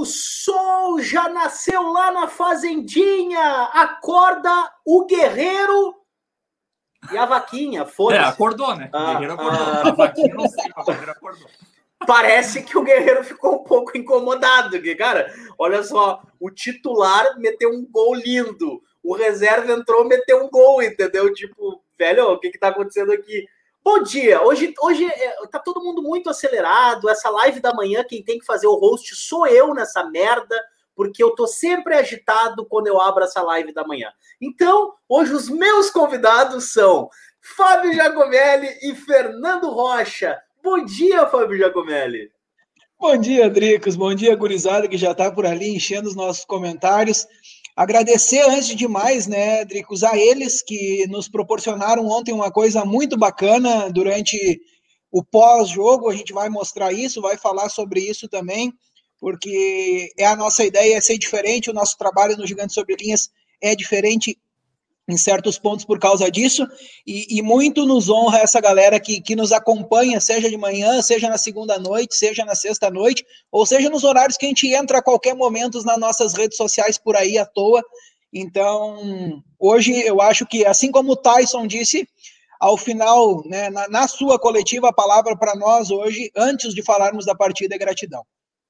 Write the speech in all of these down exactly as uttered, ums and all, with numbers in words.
o sol já nasceu lá na fazendinha. Acorda o guerreiro e a vaquinha, foda-se. É, acordou, né? O Ah, guerreiro acordou. ah... A vaquinha não sei, mas o guerreiro acordou. Parece que o guerreiro ficou um pouco incomodado, porque, cara, olha só, o titular meteu um gol lindo, o reserva entrou, meteu um gol, entendeu? Tipo, velho, o que que tá acontecendo aqui? Bom dia, hoje, hoje é, tá todo mundo muito acelerado, essa live da manhã, quem tem que fazer o host sou eu nessa merda, porque eu tô sempre agitado quando eu abro essa live da manhã. Então, hoje os meus convidados são Fábio Giacomelli e Fernando Rocha. Bom dia, Fábio Giacomelli. Bom dia, Dricos. Bom dia, gurizada, que já está por ali enchendo os nossos comentários. Agradecer, antes de mais, né, Dricos, a eles que nos proporcionaram ontem uma coisa muito bacana durante o pós-jogo. A gente vai mostrar isso, vai falar sobre isso também, porque é a nossa ideia é ser diferente, o nosso trabalho no Gigante Sobre Linhas é diferente em certos pontos por causa disso, e, e muito nos honra essa galera que, que nos acompanha, seja de manhã, seja na segunda noite, seja na sexta noite, ou seja nos horários que a gente entra a qualquer momento nas nossas redes sociais por aí à toa. Então, hoje eu acho que, assim como o Tyson disse, ao final, né, na, na sua coletiva, a palavra para nós hoje, antes de falarmos da partida, é gratidão.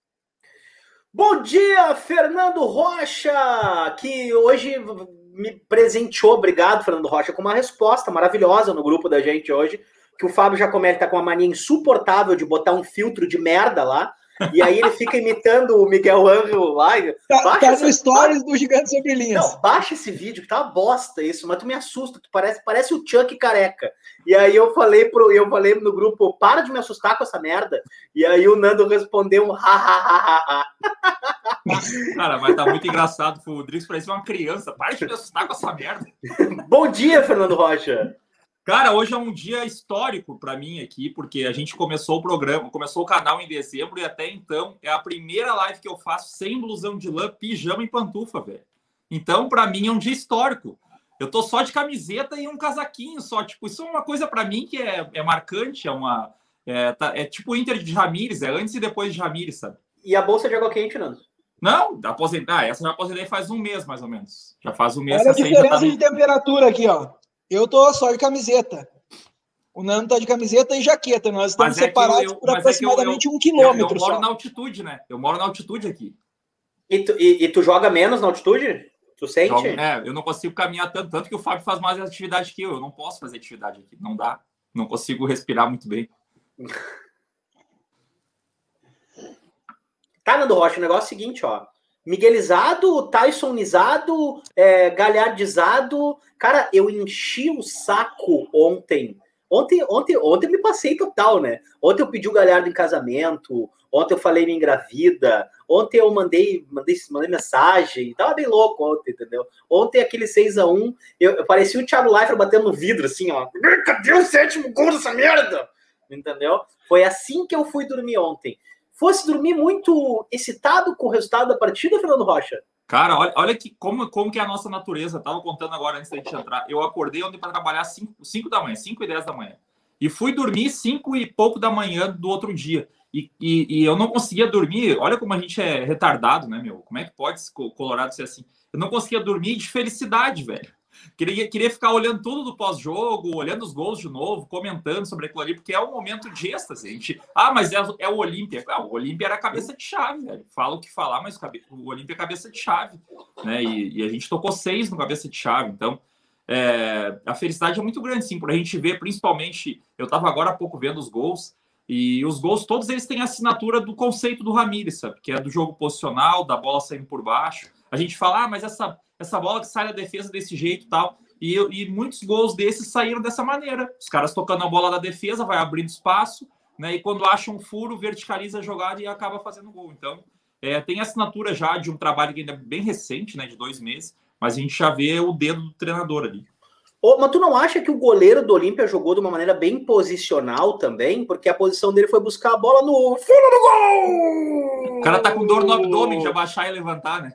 Bom dia, Fernando Rocha, que hoje me presenteou, obrigado, Fernando Rocha, com uma resposta maravilhosa no grupo da gente hoje, que o Fábio Giacomelli tá com uma mania insuportável de botar um filtro de merda lá, e aí ele fica imitando o Miguel Ângelo lá. Tá, baixa tá essa, no stories baixa, do Gigante Sobre Linhas. Não, baixa esse vídeo, que tá uma bosta isso, mas tu me assusta, tu parece, parece o Chuck careca. E aí eu falei, pro, eu falei no grupo, para de me assustar com essa merda. E aí o Nando respondeu um ha, ha, ha, ha, ha. Cara, mas tá muito engraçado. O Rodrigues parecia uma criança. Para de me assustar com essa merda. Bom dia, Fernando Rocha. Cara, hoje é um dia histórico para mim aqui, porque a gente começou o programa, começou o canal em dezembro e até então é a primeira live que eu faço sem blusão de lã, pijama e pantufa, velho. Então, para mim é um dia histórico. Eu tô só de camiseta e um casaquinho só. Tipo, isso é uma coisa para mim que é, é marcante, é uma é, tá, é tipo o Inter de Ramires, é antes e depois de Ramires, sabe? E a bolsa de água quente, Nando? Não, aposentar. Ah, essa já aposentei faz um mês, mais ou menos. Já faz um mês. Olha a que diferença tá no... de temperatura aqui, ó. Eu tô só de camiseta. O Nando tá de camiseta e jaqueta. Nós estamos é separados eu, eu, por aproximadamente é eu, eu, um quilômetro. Eu, eu moro só. na altitude, né? Eu moro na altitude aqui. E tu, e, e tu joga menos na altitude? Tu sente? Jogo, é, eu não consigo caminhar tanto, tanto que o Fábio faz mais atividade que eu. Eu não posso fazer atividade aqui. Não dá. Não consigo respirar muito bem. Tá, Nando Rocha, o negócio é o seguinte, ó. Miguelizado, Tysonizado, é, galhardizado. Cara, eu enchi o saco ontem. Ontem, ontem, ontem eu me passei total, né? Ontem eu pedi o Galhardo em casamento. Ontem eu falei me engravida. Ontem eu mandei, mandei, mandei mensagem. Tava bem louco ontem, entendeu? Ontem aquele seis a um, eu, eu parecia o Thiago Leifert batendo no vidro, assim, ó. Cadê o sétimo gol dessa merda? Entendeu? Foi assim que eu fui dormir ontem. Fosse dormir muito excitado com o resultado da partida, Fernando Rocha? Cara, olha, olha que, como, como que é a nossa natureza. Eu tava contando agora antes da gente entrar. Eu acordei ontem para trabalhar cinco da manhã, cinco e dez da manhã. E fui dormir cinco e pouco da manhã do outro dia. E, e, e eu não conseguia dormir. Olha como a gente é retardado, né, meu? Como é que pode Colorado ser assim? Eu não conseguia dormir de felicidade, velho. Queria, queria ficar olhando tudo do pós-jogo, olhando os gols de novo, comentando sobre aquilo ali, porque é um momento de êxtase. A gente, ah, mas é, é o Olímpia. Ah, o Olímpia era cabeça de chave, velho. Fala o que falar, mas o Olímpia é cabeça de chave. Né? E, e a gente tocou seis no cabeça de chave. Então, é, a felicidade é muito grande, sim, por a gente ver, principalmente, eu estava agora há pouco vendo os gols, e os gols, todos eles têm a assinatura do conceito do Ramires, sabe? Que é do jogo posicional, da bola saindo por baixo. A gente fala, ah, mas essa... essa bola que sai da defesa desse jeito e tal. E, e muitos gols desses saíram dessa maneira. Os caras tocando a bola da defesa, vai abrindo espaço, né? E quando acha um furo, verticaliza a jogada e acaba fazendo gol. Então, é, tem assinatura já de um trabalho que ainda é bem recente, né? De dois meses, mas a gente já vê o dedo do treinador ali. Ô, mas tu não acha que o goleiro do Olímpia jogou de uma maneira bem posicional também? Porque a posição dele foi buscar a bola no fundo do gol! O cara tá com dor no abdômen de abaixar e levantar, né?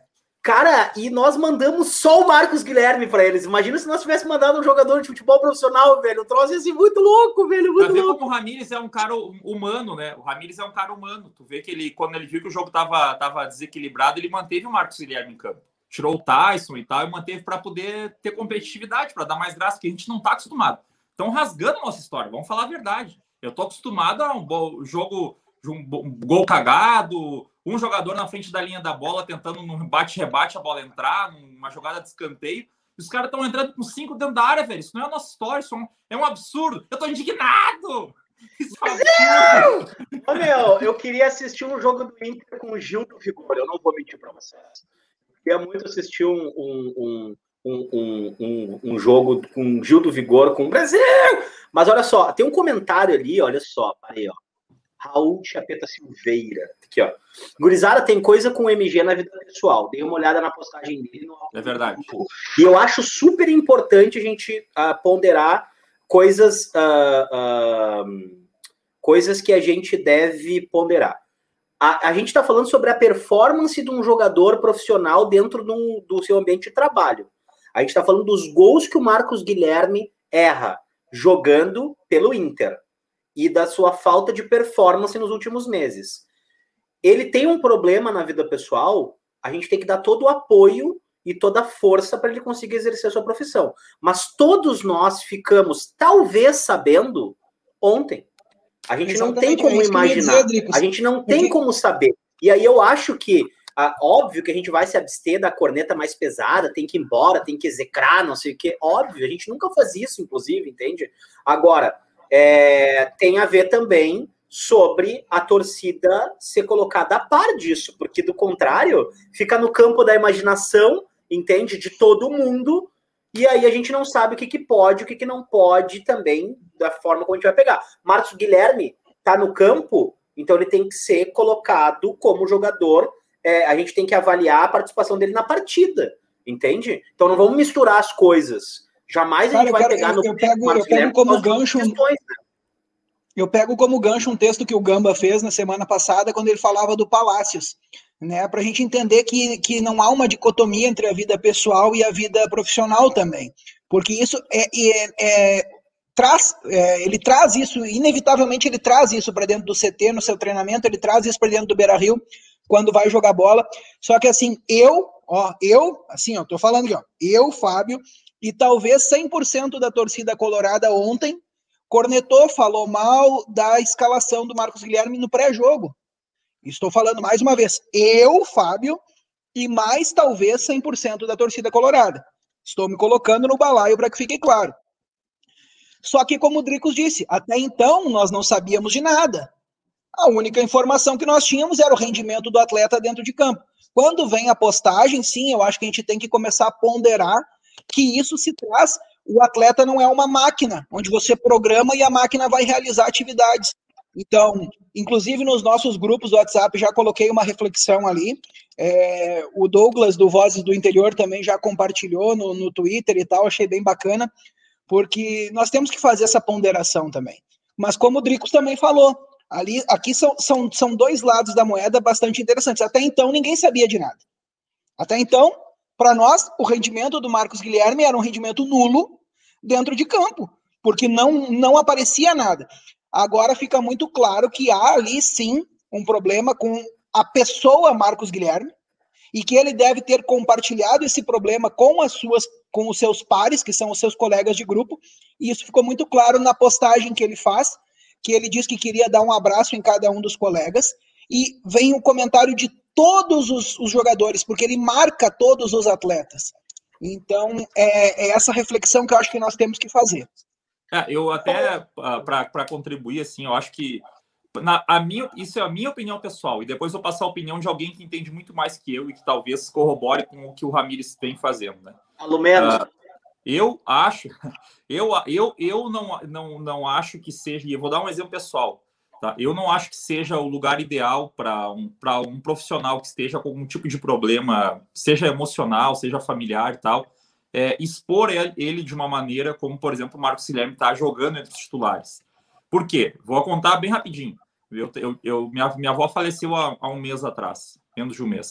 Cara, e nós mandamos só o Marcos Guilherme para eles. Imagina se nós tivéssemos mandado um jogador de futebol profissional, velho. O troço ia ser muito louco, velho. Muito pra ver louco. como o Ramires é um cara humano, né? O Ramires é um cara humano. Tu vê que ele, quando ele viu que o jogo tava, tava desequilibrado, ele manteve o Marcos Guilherme em campo. Tirou o Tyson e tal, e manteve para poder ter competitividade, para dar mais graça, que a gente não tá acostumado. Estão rasgando a nossa história, vamos falar a verdade. Eu tô acostumado a um jogo, um gol cagado, um jogador na frente da linha da bola tentando num bate-rebate a bola entrar, numa jogada de escanteio. Os caras estão entrando com cinco dentro da área, velho. Isso não é a nossa história, isso é um absurdo. Eu tô indignado! Isso é um absurdo! Ô, meu, eu queria assistir um jogo do Inter com o Gil do Vigor, eu não vou mentir pra vocês. Eu queria muito assistir um, um, um, um, um, um jogo com o Gil do Vigor, com o Brasil! Mas olha só, tem um comentário ali, olha só, aí, ó. Raul Chapeta Silveira. Aqui, ó. Gurizada, tem coisa com o M G na vida pessoal. Dei uma olhada na postagem dele. No... É verdade. E eu acho super importante a gente uh, ponderar coisas, uh, uh, coisas que a gente deve ponderar. A, a gente está falando sobre a performance de um jogador profissional dentro do, do seu ambiente de trabalho. A gente está falando dos gols que o Marcos Guilherme erra jogando pelo Inter e da sua falta de performance nos últimos meses. Ele tem um problema na vida pessoal, a gente tem que dar todo o apoio e toda a força para ele conseguir exercer a sua profissão. Mas todos nós ficamos, talvez, sabendo ontem. A gente Exatamente, não tem como é imaginar. Dizer, a gente não tem Porque... como saber. E aí eu acho que, ah, óbvio que a gente vai se abster da corneta mais pesada, tem que ir embora, tem que execrar, não sei o quê. Óbvio, a gente nunca faz isso, inclusive, entende? Agora... É, tem a ver também sobre a torcida ser colocada a par disso, porque do contrário, fica no campo da imaginação, entende, de todo mundo, e aí a gente não sabe o que, que pode, o que, que não pode também, da forma como a gente vai pegar. Marcos Guilherme tá no campo, então ele tem que ser colocado como jogador, é, a gente tem que avaliar a participação dele na partida, entende? Então não vamos misturar as coisas. Jamais a gente Cara, vai quero, pegar eu, no... Eu pego, eu pego como gancho... Questões, né? Eu pego como gancho um texto que o Gamba fez na semana passada, quando ele falava do Palácios, né? Para a gente entender que, que não há uma dicotomia entre a vida pessoal e a vida profissional também. Porque isso é... é, é traz, é, ele traz isso, inevitavelmente ele traz isso para dentro do C T, no seu treinamento, ele traz isso para dentro do Beira-Rio, quando vai jogar bola. Só que assim, eu, ó, eu, assim, ó, tô falando aqui, ó, eu, Fábio... E talvez cem por cento da torcida colorada ontem cornetou, falou mal da escalação do Marcos Guilherme no pré-jogo. Estou falando mais uma vez, eu, Fábio, e mais talvez cem por cento da torcida colorada. Estou me colocando no balaio para que fique claro. Só que, como o Dricos disse, até então nós não sabíamos de nada. A única informação que nós tínhamos era o rendimento do atleta dentro de campo. Quando vem a postagem, sim, eu acho que a gente tem que começar a ponderar que isso se traz, o atleta não é uma máquina, onde você programa e a máquina vai realizar atividades. Então, inclusive nos nossos grupos do WhatsApp, já coloquei uma reflexão ali, é, o Douglas do Vozes do Interior também já compartilhou no, no Twitter e tal, achei bem bacana, porque nós temos que fazer essa ponderação também. Mas como o Dricos também falou, ali, aqui são, são, são dois lados da moeda bastante interessantes. Até então, ninguém sabia de nada. Até então, para nós, o rendimento do Marcos Guilherme era um rendimento nulo dentro de campo, porque não, não aparecia nada. Agora fica muito claro que há ali, sim, um problema com a pessoa Marcos Guilherme e que ele deve ter compartilhado esse problema com, as suas, com os seus pares, que são os seus colegas de grupo, e isso ficou muito claro na postagem que ele faz, que ele diz que queria dar um abraço em cada um dos colegas, e vem o comentário de todos os, os jogadores, porque ele marca todos os atletas. Então, é, é essa reflexão que eu acho que nós temos que fazer. É, eu até, uh, para contribuir, assim, eu acho que na, a minha, isso é a minha opinião pessoal, e depois eu vou passar a opinião de alguém que entende muito mais que eu e que talvez corrobore com o que o Ramires vem fazendo, né? Pelo menos. Uh, eu acho, eu, eu, eu não, não, não acho que seja, e eu vou dar um exemplo pessoal, tá? Eu não acho que seja o lugar ideal para um, para um profissional que esteja com algum tipo de problema, seja emocional, seja familiar e tal, é, expor ele de uma maneira como, por exemplo, o Marcos Guilherme está jogando entre os titulares. Por quê? Vou contar bem rapidinho. Eu, eu, eu, minha, minha avó faleceu há, há um mês atrás, menos de um mês.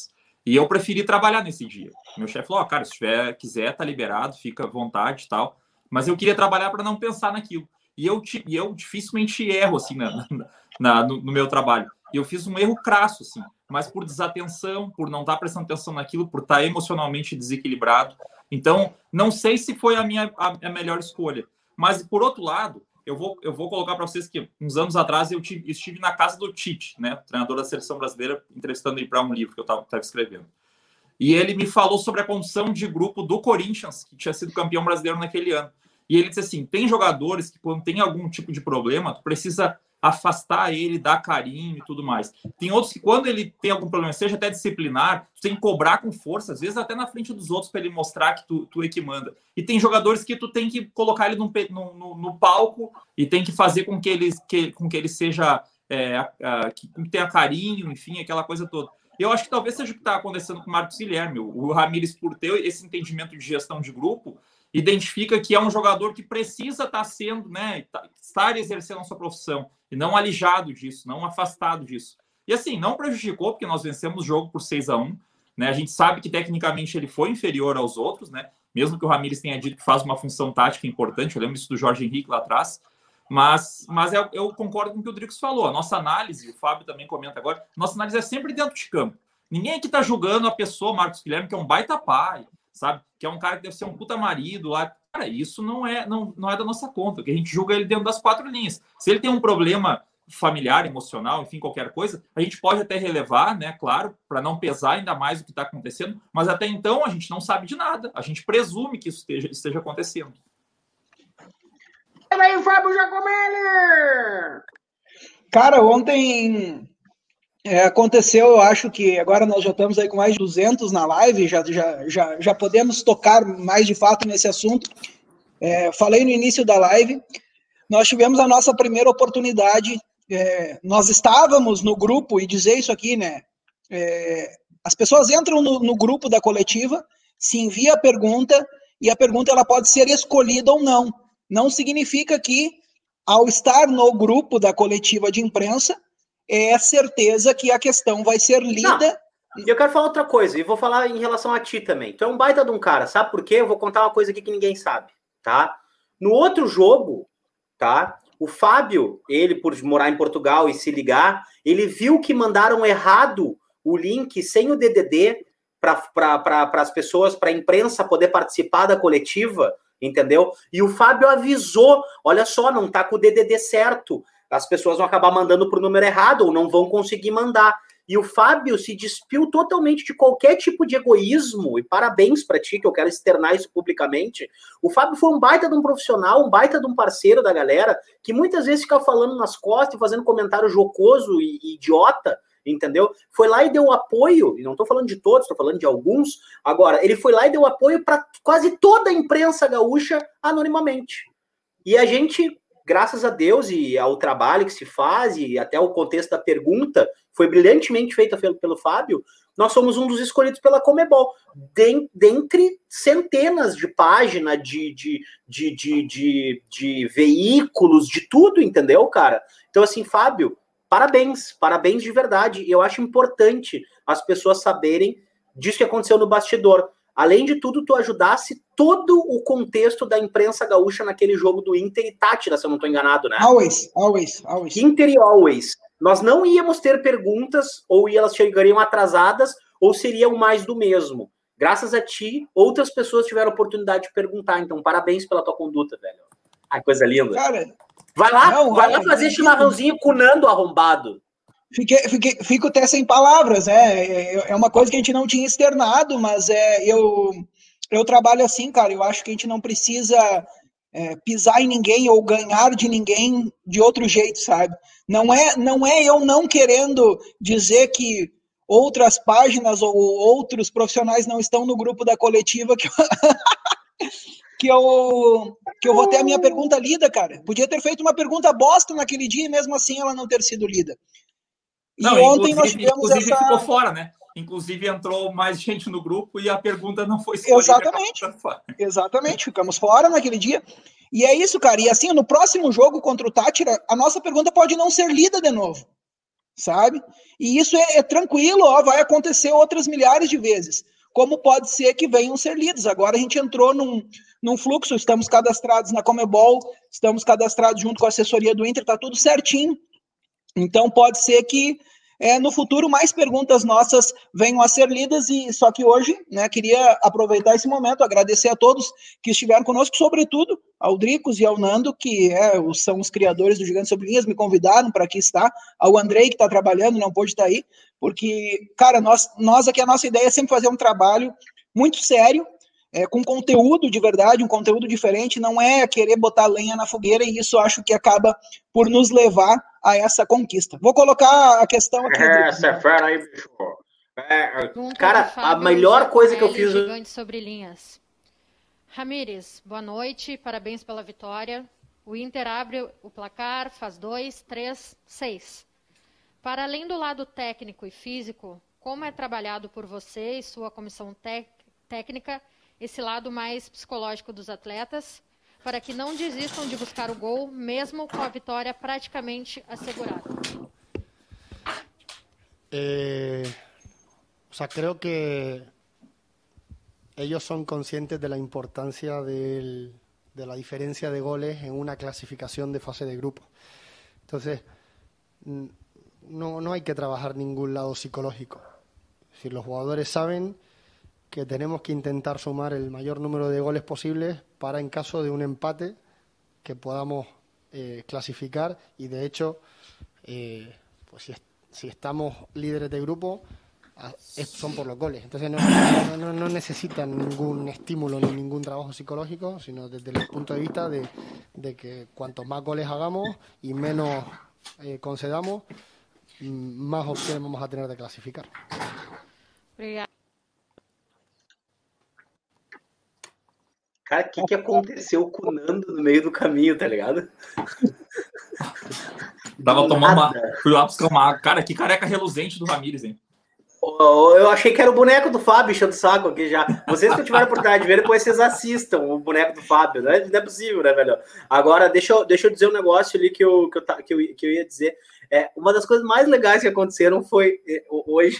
E eu preferi trabalhar nesse dia. Meu chefe falou, oh, cara, se tiver, quiser, tá liberado, fica à vontade e tal. Mas eu queria trabalhar para não pensar naquilo. E eu, e eu dificilmente erro, assim, na, na, no, no meu trabalho. E eu fiz um erro crasso, assim. Mas por desatenção, por não estar prestando atenção naquilo, por estar emocionalmente desequilibrado. Então, não sei se foi a minha a, a melhor escolha. Mas, por outro lado, eu vou, eu vou colocar para vocês que uns anos atrás eu tive, estive na casa do Tite, né, treinador da seleção brasileira, entrevistando ele para um livro que eu estava escrevendo. E ele me falou sobre a condição de grupo do Corinthians, que tinha sido campeão brasileiro naquele ano. E ele disse assim, tem jogadores que quando tem algum tipo de problema, tu precisa afastar ele, dar carinho e tudo mais. Tem outros que quando ele tem algum problema, seja até disciplinar, tu tem que cobrar com força, às vezes até na frente dos outros para ele mostrar que tu, tu é que manda. E tem jogadores que tu tem que colocar ele no, no, no palco e tem que fazer com que ele, que, com que ele seja, é, a, que tenha carinho, enfim, aquela coisa toda. Eu acho que talvez seja o que está acontecendo com o Marcos Guilherme. O Ramires, por ter esse entendimento de gestão de grupo, identifica que é um jogador que precisa estar sendo, né, estar exercendo a sua profissão e não alijado disso, não afastado disso. E assim, não prejudicou, porque nós vencemos o jogo por seis a um, né? A gente sabe que tecnicamente ele foi inferior aos outros, né? Mesmo que o Ramires tenha dito que faz uma função tática importante, eu lembro isso do Jorge Henrique lá atrás, mas, mas eu, eu concordo com o que o Dricos falou. A nossa análise, o Fábio também comenta agora, nossa análise é sempre dentro de campo. Ninguém aqui está julgando a pessoa, Marcos Guilherme, que é um baita pai, sabe? Que é um cara que deve ser um puta marido lá. Cara, isso não é, não, não é da nossa conta, que a gente julga ele dentro das quatro linhas. Se ele tem um problema familiar, emocional, enfim, qualquer coisa, a gente pode até relevar, né, claro, para não pesar ainda mais o que está acontecendo, mas até então a gente não sabe de nada. A gente presume que isso esteja, esteja acontecendo. E aí, Fábio Giacomelli! Cara, ontem... É, aconteceu, eu acho que agora nós já estamos aí com mais de duzentos na live, já, já, já, já podemos tocar mais de fato nesse assunto. É, falei no início da live, nós tivemos a nossa primeira oportunidade, é, nós estávamos no grupo, e dizer isso aqui, né, é, as pessoas entram no, no grupo da coletiva, se envia a pergunta, e a pergunta ela pode ser escolhida ou não. Não significa que, ao estar no grupo da coletiva de imprensa, é certeza que a questão vai ser lida. Não, eu quero falar outra coisa, e vou falar em relação a ti também. Tu é um baita de um cara, sabe por quê? Eu vou contar uma coisa aqui que ninguém sabe, tá? No outro jogo, tá? O Fábio, ele por morar em Portugal e se ligar, ele viu que mandaram errado o link sem o D D D para pra, as pessoas, para a imprensa poder participar da coletiva, entendeu? E o Fábio avisou, olha só, não tá com o D D D certo. As pessoas vão acabar mandando para o número errado ou não vão conseguir mandar. E o Fábio se despiu totalmente de qualquer tipo de egoísmo, e parabéns para ti, que eu quero externar isso publicamente. O Fábio foi um baita de um profissional, um baita de um parceiro da galera, que muitas vezes fica falando nas costas e fazendo comentário jocoso e, e idiota, entendeu? Foi lá e deu apoio, e não estou falando de todos, estou falando de alguns. Agora, ele foi lá e deu apoio para quase toda a imprensa gaúcha anonimamente. E a gente... graças a Deus e ao trabalho que se faz e até o contexto da pergunta foi brilhantemente feita pelo, pelo Fábio, nós somos um dos escolhidos pela Conmebol, Den, dentre centenas de páginas, de, de, de, de, de, de veículos, de tudo, entendeu, cara? Então, assim, Fábio, parabéns, parabéns de verdade. E eu acho importante as pessoas saberem disso que aconteceu no bastidor. Além de tudo, tu ajudasse todo o contexto da imprensa gaúcha naquele jogo do Inter e Tátira, se eu não estou enganado, né? Always, always, always. Inter e Always. Nós não íamos ter perguntas, ou elas chegariam atrasadas, ou seriam mais do mesmo. Graças a ti, outras pessoas tiveram a oportunidade de perguntar. Então, parabéns pela tua conduta, velho. Ai, coisa linda. Cara, vai lá, não, vai lá é, fazer é, chimarrãozinho cunando arrombado. Fiquei, fiquei, fico até sem palavras, né? É, é uma coisa que a gente não tinha externado, mas é, eu, eu trabalho assim, cara. Eu acho que a gente não precisa é, pisar em ninguém ou ganhar de ninguém de outro jeito, sabe? Não é, não é eu não querendo dizer que outras páginas ou outros profissionais não estão no grupo da coletiva que eu, que eu, que eu vou ter a minha pergunta lida, cara. Podia ter feito uma pergunta bosta naquele dia e mesmo assim ela não ter sido lida. E não, ontem nós tivemos inclusive essa... ficou fora, né? Inclusive entrou mais gente no grupo e a pergunta não foi escolhida. Exatamente, exatamente, ficamos fora naquele dia. E é isso, cara. E assim, no próximo jogo contra o Tátira, a nossa pergunta pode não ser lida de novo. sabe? E isso é, é tranquilo, ó, vai acontecer outras milhares de vezes. Como pode ser que venham ser lidos. Agora a gente entrou num, num fluxo, estamos cadastrados na Comebol, estamos cadastrados junto com a assessoria do Inter, tá tudo certinho. Então pode ser que é, no futuro mais perguntas nossas venham a ser lidas, e só que hoje, né, queria aproveitar esse momento, agradecer a todos que estiveram conosco, sobretudo ao Dricos e ao Nando, que é, são os criadores do Gigante Sobre Linhas, me convidaram para aqui estar, ao Andrei, que está trabalhando, não pôde estar aí, porque, cara, nós, nós aqui, a nossa ideia é sempre fazer um trabalho muito sério, é, com conteúdo de verdade, um conteúdo diferente, não é querer botar lenha na fogueira, e isso acho que acaba por nos levar a essa conquista. Vou colocar a questão aqui. É, essa é fera aí, bicho. É, cara, a melhor coisa que eu fiz... Gigante Sobre Linhas. Ramires, boa noite, parabéns pela vitória. O Inter abre o placar, faz dois, três, seis. Para além do lado técnico e físico, como é trabalhado por você e sua comissão técnica esse lado mais psicológico dos atletas, para que não desistam de buscar o gol, mesmo com a vitória praticamente assegurada? Eh, o sea, creo que ellos son conscientes de la importancia del, de la diferencia de goles en una clasificación de fase de grupo. Entonces, no, no hay que trabajar ningún lado psicológico. Es decir, los jugadores saben que tenemos que intentar sumar el mayor número de goles posibles para, en caso de un empate, que podamos eh, clasificar, y de hecho, eh, pues si, si estamos líderes de grupo, es, son por los goles. Entonces no, no, no, no necesitan ningún estímulo ni ningún trabajo psicológico, sino desde el punto de vista de, de que cuantos más goles hagamos y menos eh, concedamos, más opciones vamos a tener de clasificar. Obrigada. Cara, o que, que aconteceu com o Nando no meio do caminho, tá ligado? Tava tomando uma... Fui lá buscar uma... Cara, que careca reluzente do Ramires, hein? Eu achei que era o boneco do Fábio enchendo o saco aqui já. Vocês que tiveram a oportunidade de ver, depois vocês assistam o boneco do Fábio. Não é, não é possível, né, velho? Agora, deixa eu, deixa eu dizer um negócio ali que eu, que eu, que eu, que eu ia dizer. É, uma das coisas mais legais que aconteceram foi hoje...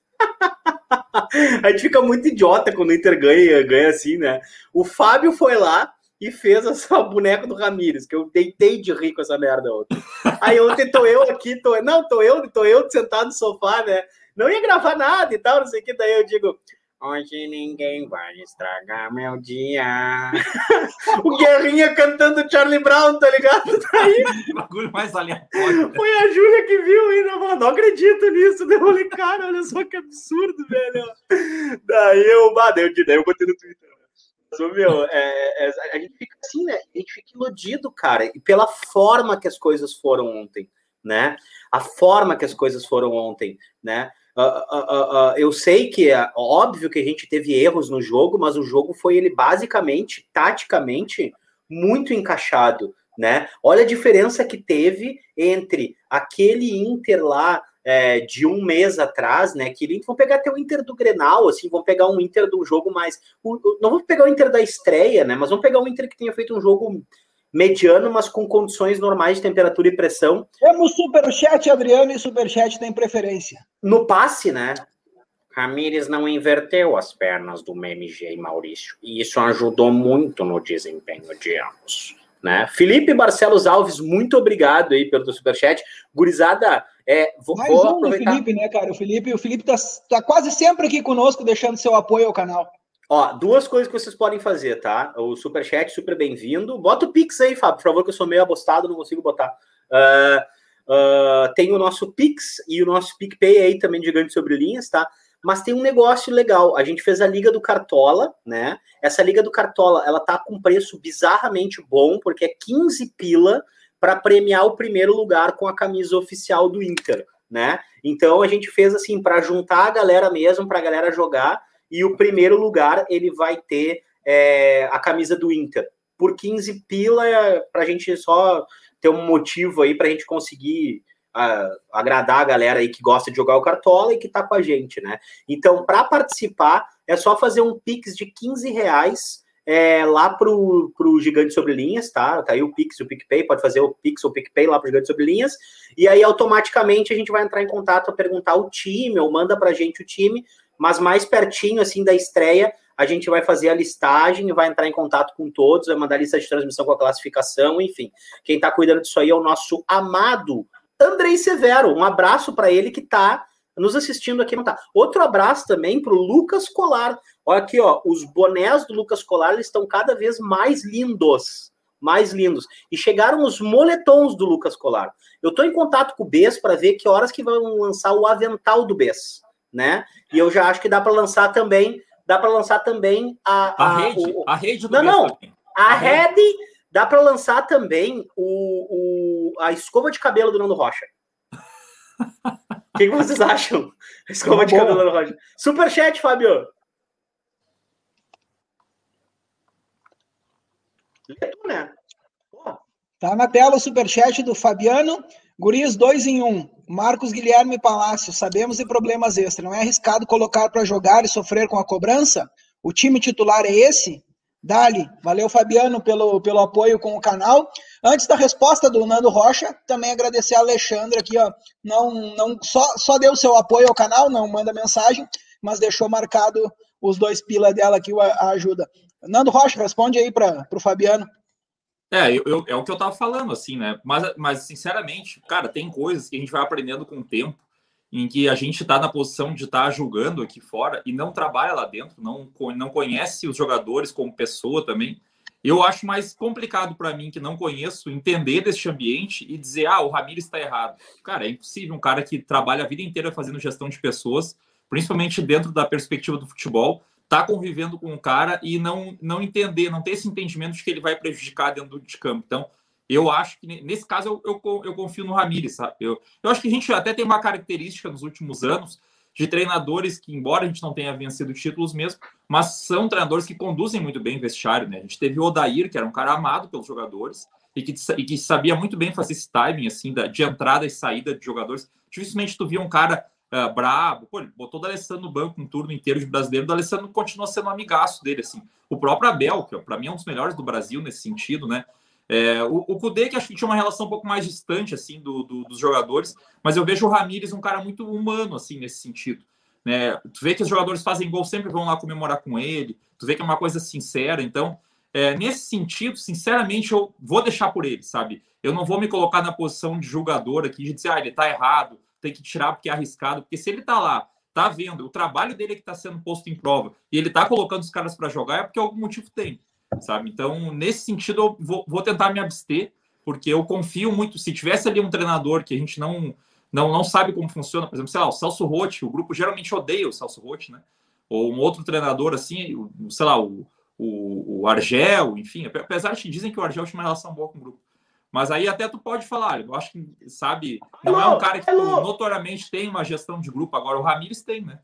A gente fica muito idiota quando o Inter ganha, ganha assim, né? O Fábio foi lá e fez essa boneca do Ramires, que eu deitei de rir com essa merda ontem. Aí ontem tô eu aqui, tô, não, tô eu, tô eu sentado no sofá, né? Não ia gravar nada e tal, não sei o que, daí eu digo, hoje ninguém vai estragar meu dia. O Guerrinha cantando Charlie Brown, tá ligado? Daí, que bagulho mais aleatório. Foi a Júlia que viu e não, não acredito nisso. Eu falei, cara, olha só que absurdo, velho. Daí eu, daí eu, daí eu botei no Twitter. Mas, meu, é, é, a gente fica assim, né? A gente fica iludido, cara, e pela forma que as coisas foram ontem, né? A forma que as coisas foram ontem, né? Uh, uh, uh, uh, eu sei que é óbvio que a gente teve erros no jogo, mas o jogo foi ele basicamente, taticamente, muito encaixado, né? Olha a diferença que teve entre aquele Inter lá é, de um mês atrás, né? Que vão pegar até o Inter do Grenal, assim, vão pegar um Inter do jogo mais... O, o, não vamos pegar o Inter da estreia, né? Mas vamos pegar o Inter que tenha feito um jogo mediano, mas com condições normais de temperatura e pressão. Temos superchat, Adriano, e superchat tem preferência. No passe, né? Ramires não inverteu as pernas do M G e Maurício, e isso ajudou muito no desempenho de ambos, né? Felipe Barcelos Alves, muito obrigado aí pelo superchat. Gurizada, é, vou, Mais vou um aproveitar... do Felipe, né, cara? O Felipe, o Felipe tá, tá quase sempre aqui conosco, deixando seu apoio ao canal. Ó, duas coisas que vocês podem fazer, tá? O superchat, super bem-vindo. Bota o Pix aí, Fábio, por favor, que eu sou meio abostado, não consigo botar. Uh, uh, tem o nosso Pix e o nosso PicPay aí também de Gigante Sobre Linhas, tá? Mas tem um negócio legal. A gente fez a Liga do Cartola, né? Essa Liga do Cartola, ela tá com preço bizarramente bom, porque é quinze pila para premiar o primeiro lugar com a camisa oficial do Inter, né? Então a gente fez assim, para juntar a galera mesmo, pra galera jogar. E o primeiro lugar, ele vai ter é, a camisa do Inter. Por quinze pila, para a gente só ter um motivo aí para a gente conseguir uh, agradar a galera aí que gosta de jogar o Cartola e que tá com a gente, né? Então, para participar, é só fazer um Pix de quinze reais é, lá pro, pro Gigante Sobre Linhas, tá? Tá aí o Pix e o PicPay, pode fazer o Pix ou o PicPay lá pro Gigante Sobre Linhas, e aí automaticamente a gente vai entrar em contato a perguntar o time, ou manda pra gente o time, mas mais pertinho, assim, da estreia, a gente vai fazer a listagem, vai entrar em contato com todos, vai mandar a lista de transmissão com a classificação, enfim. Quem tá cuidando disso aí é o nosso amado Andrei Severo. Um abraço para ele que tá nos assistindo aqui. Não tá. Outro abraço também pro Lucas Colar. Olha aqui, ó, os bonés do Lucas Colar, eles estão cada vez mais lindos. Mais lindos. E chegaram os moletons do Lucas Colar. Eu tô em contato com o Bess para ver que horas que vão lançar o avental do Bess, né? E eu já acho que dá para lançar também Dá para lançar também a... A, a rede, o, a rede do Não, não. Também. A, a rede, dá para lançar também o, o, a escova de cabelo do Nando Rocha. O que, que vocês acham? A escova é de boa. Cabelo do Nando Rocha. Superchat, Fábio. Lê tu, né? Pô. Tá na tela o superchat do Fabiano. Guris, dois em um. Marcos Guilherme Palácio, sabemos de problemas extra. Não é arriscado colocar para jogar e sofrer com a cobrança? O time titular é esse? Dali, valeu Fabiano pelo, pelo apoio com o canal. Antes da resposta do Nando Rocha, também agradecer a Alexandre aqui, ó. Não, não, só, só deu seu apoio ao canal, não manda mensagem, mas deixou marcado os dois pila dela aqui, a, a ajuda. Nando Rocha, responde aí para o Fabiano. É, eu, eu, é o que eu tava falando, assim, né? Mas, mas, sinceramente, cara, tem coisas que a gente vai aprendendo com o tempo, em que a gente tá na posição de estar tá julgando aqui fora e não trabalha lá dentro, não, não conhece os jogadores como pessoa também. Eu acho mais complicado para mim, que não conheço, entender deste ambiente e dizer, ah, o Ramires está errado. Cara, é impossível um cara que trabalha a vida inteira fazendo gestão de pessoas, principalmente dentro da perspectiva do futebol, tá convivendo com um cara e não, não entender, não ter esse entendimento de que ele vai prejudicar dentro de campo. Então, eu acho que, nesse caso, eu, eu, eu confio no Ramires, sabe? Eu, eu acho que a gente até tem uma característica nos últimos anos de treinadores que, embora a gente não tenha vencido títulos mesmo, mas são treinadores que conduzem muito bem o vestiário, né? A gente teve o Odair, que era um cara amado pelos jogadores e que, e que sabia muito bem fazer esse timing, assim, de entrada e saída de jogadores. Dificilmente tu via um cara Uh, brabo, pô, ele botou o D'Alessandro no banco um turno inteiro de brasileiro, o D'Alessandro continua sendo um amigaço dele, assim. O próprio Abel, que para mim é um dos melhores do Brasil nesse sentido, né? É, o, o Kudê, que acho que tinha uma relação um pouco mais distante, assim, do, do, dos jogadores, mas eu vejo o Ramires um cara muito humano, assim, nesse sentido, né? Tu vê que os jogadores fazem gol, sempre vão lá comemorar com ele, tu vê que é uma coisa sincera, então, é, nesse sentido, sinceramente, eu vou deixar por ele, sabe? Eu não vou me colocar na posição de julgador aqui, de dizer, ah, ele tá errado, tem que tirar porque é arriscado, porque se ele tá lá, tá vendo, o trabalho dele é que tá sendo posto em prova, e ele tá colocando os caras para jogar, é porque algum motivo tem, sabe? Então, nesse sentido, eu vou, vou tentar me abster, porque eu confio muito, se tivesse ali um treinador que a gente não, não, não sabe como funciona, por exemplo, sei lá, o Celso Roth, o grupo geralmente odeia o Celso Roth, né? Ou um outro treinador assim, o, sei lá, o, o, o Argel, enfim, apesar de que dizem que o Argel tinha uma relação boa com o grupo. Mas aí até tu pode falar, eu acho que, sabe, não é um cara que notoriamente tem uma gestão de grupo, agora o Ramires tem, né?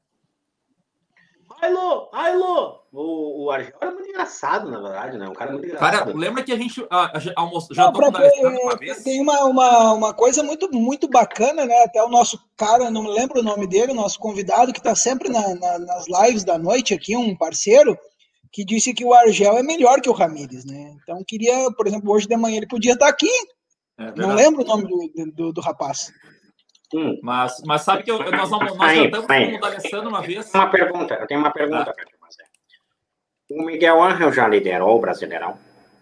Ailô, Ailô! O, o Argel era muito engraçado, na verdade, né? Um cara muito engraçado. Cara, lembra que a gente a, a, almoçou, já tomou uma vez? Tem uma, uma, uma coisa muito, muito bacana, né? Até o nosso cara, não me lembro o nome dele, o nosso convidado, que está sempre na, na, nas lives da noite aqui, um parceiro, que disse que o Argel é melhor que o Ramires, né? Então, queria, por exemplo, hoje de manhã ele podia estar aqui. É não lembro o nome do, do, do rapaz. Hum. Mas, mas sabe que eu, nós, nós aí, jantamos com o D'Alessandro uma vez. Uma pergunta, eu tenho uma pergunta ah. para te fazer. O Miguel Ángel já liderou o Brasileirão?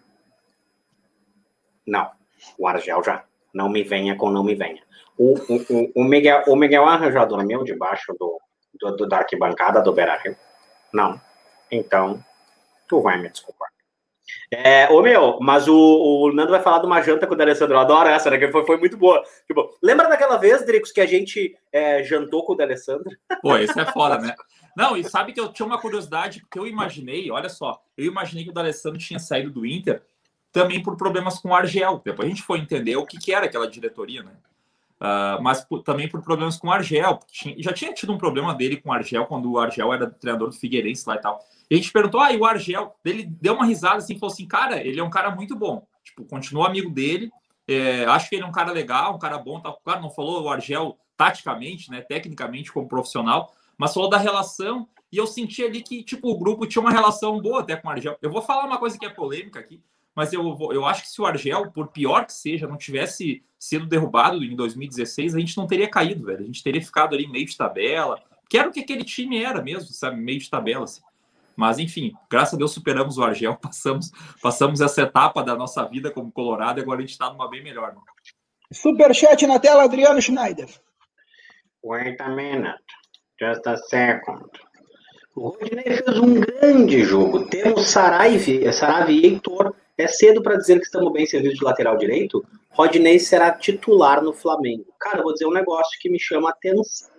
Não. O Argel já. Não me venha com não me venha. O, o, o, Miguel, o Miguel Ángel já dormiu debaixo do, do, do, da arquibancada do Beira-Rio? Não. Então, tu vai me desculpar. É, ô meu, mas o, o Nando vai falar de uma janta com o D'Alessandro. Eu adoro essa, né? Que foi, foi muito boa. Tipo, lembra daquela vez, Dricos, que a gente é, jantou com o D'Alessandro? Pô, isso é foda, né? Não, e sabe que eu tinha uma curiosidade, porque eu imaginei, olha só, eu imaginei que o D'Alessandro tinha saído do Inter também por problemas com o Argel. Depois a gente foi entender o que, que era aquela diretoria, né? Uh, mas por, também por problemas com o Argel. Tinha, já tinha tido um problema dele com o Argel quando o Argel era treinador do Figueirense lá e tal. E a gente perguntou, ah, e o Argel? Ele deu uma risada assim, falou assim, cara, ele é um cara muito bom. Tipo, continua amigo dele, é, acho que ele é um cara legal, um cara bom. Tá? Claro, não falou o Argel taticamente, né, tecnicamente como profissional, mas falou da relação, e eu senti ali que, tipo, o grupo tinha uma relação boa até com o Argel. Eu vou falar uma coisa que é polêmica aqui, mas eu, vou, eu acho que se o Argel, por pior que seja, não tivesse sido derrubado em dois mil e dezesseis, a gente não teria caído, velho. A gente teria ficado ali meio de tabela, que era o que aquele time era mesmo, sabe? Meio de tabela, assim. Mas, enfim, graças a Deus superamos o Argel, passamos, passamos essa etapa da nossa vida como Colorado e agora a gente está numa bem melhor. Né? Superchat na tela, Adriano Schneider. Wait a minute. Just a second. O Rodinei fez um grande jogo. Temos Saraiva, Saraiva e Heitor. É cedo para dizer que estamos bem servidos de lateral direito? Rodinei será titular no Flamengo. Cara, eu vou dizer um negócio que me chama a atenção.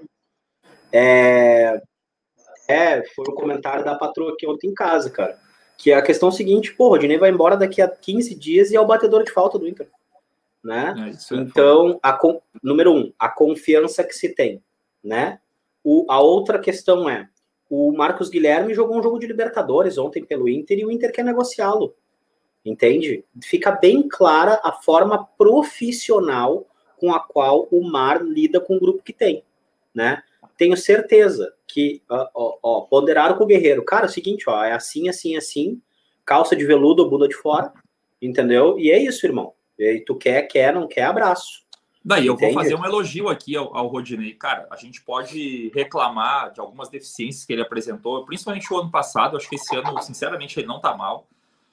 É... é, foi um comentário da patroa aqui ontem em casa, cara. Que é a questão seguinte, pô, o Rodinei vai embora daqui a quinze dias e é o batedor de falta do Inter. Né? É, é então, a, número um, a confiança que se tem. Né? O, a outra questão é, o Marcos Guilherme jogou um jogo de Libertadores ontem pelo Inter e o Inter quer negociá-lo. Entende? Fica bem clara a forma profissional com a qual o Mar lida com o grupo que tem, né? Tenho certeza que, ó, ó, ó, ponderaram com o Guerreiro. Cara, é o seguinte, ó, é assim, assim, assim, calça de veludo ou bunda de fora, entendeu? E é isso, irmão. E tu quer, quer, não quer, abraço. Daí eu Entende? Vou fazer um elogio aqui ao, ao Rodinei. Cara, a gente pode reclamar de algumas deficiências que ele apresentou, principalmente o ano passado. Acho que esse ano, sinceramente, ele não tá mal.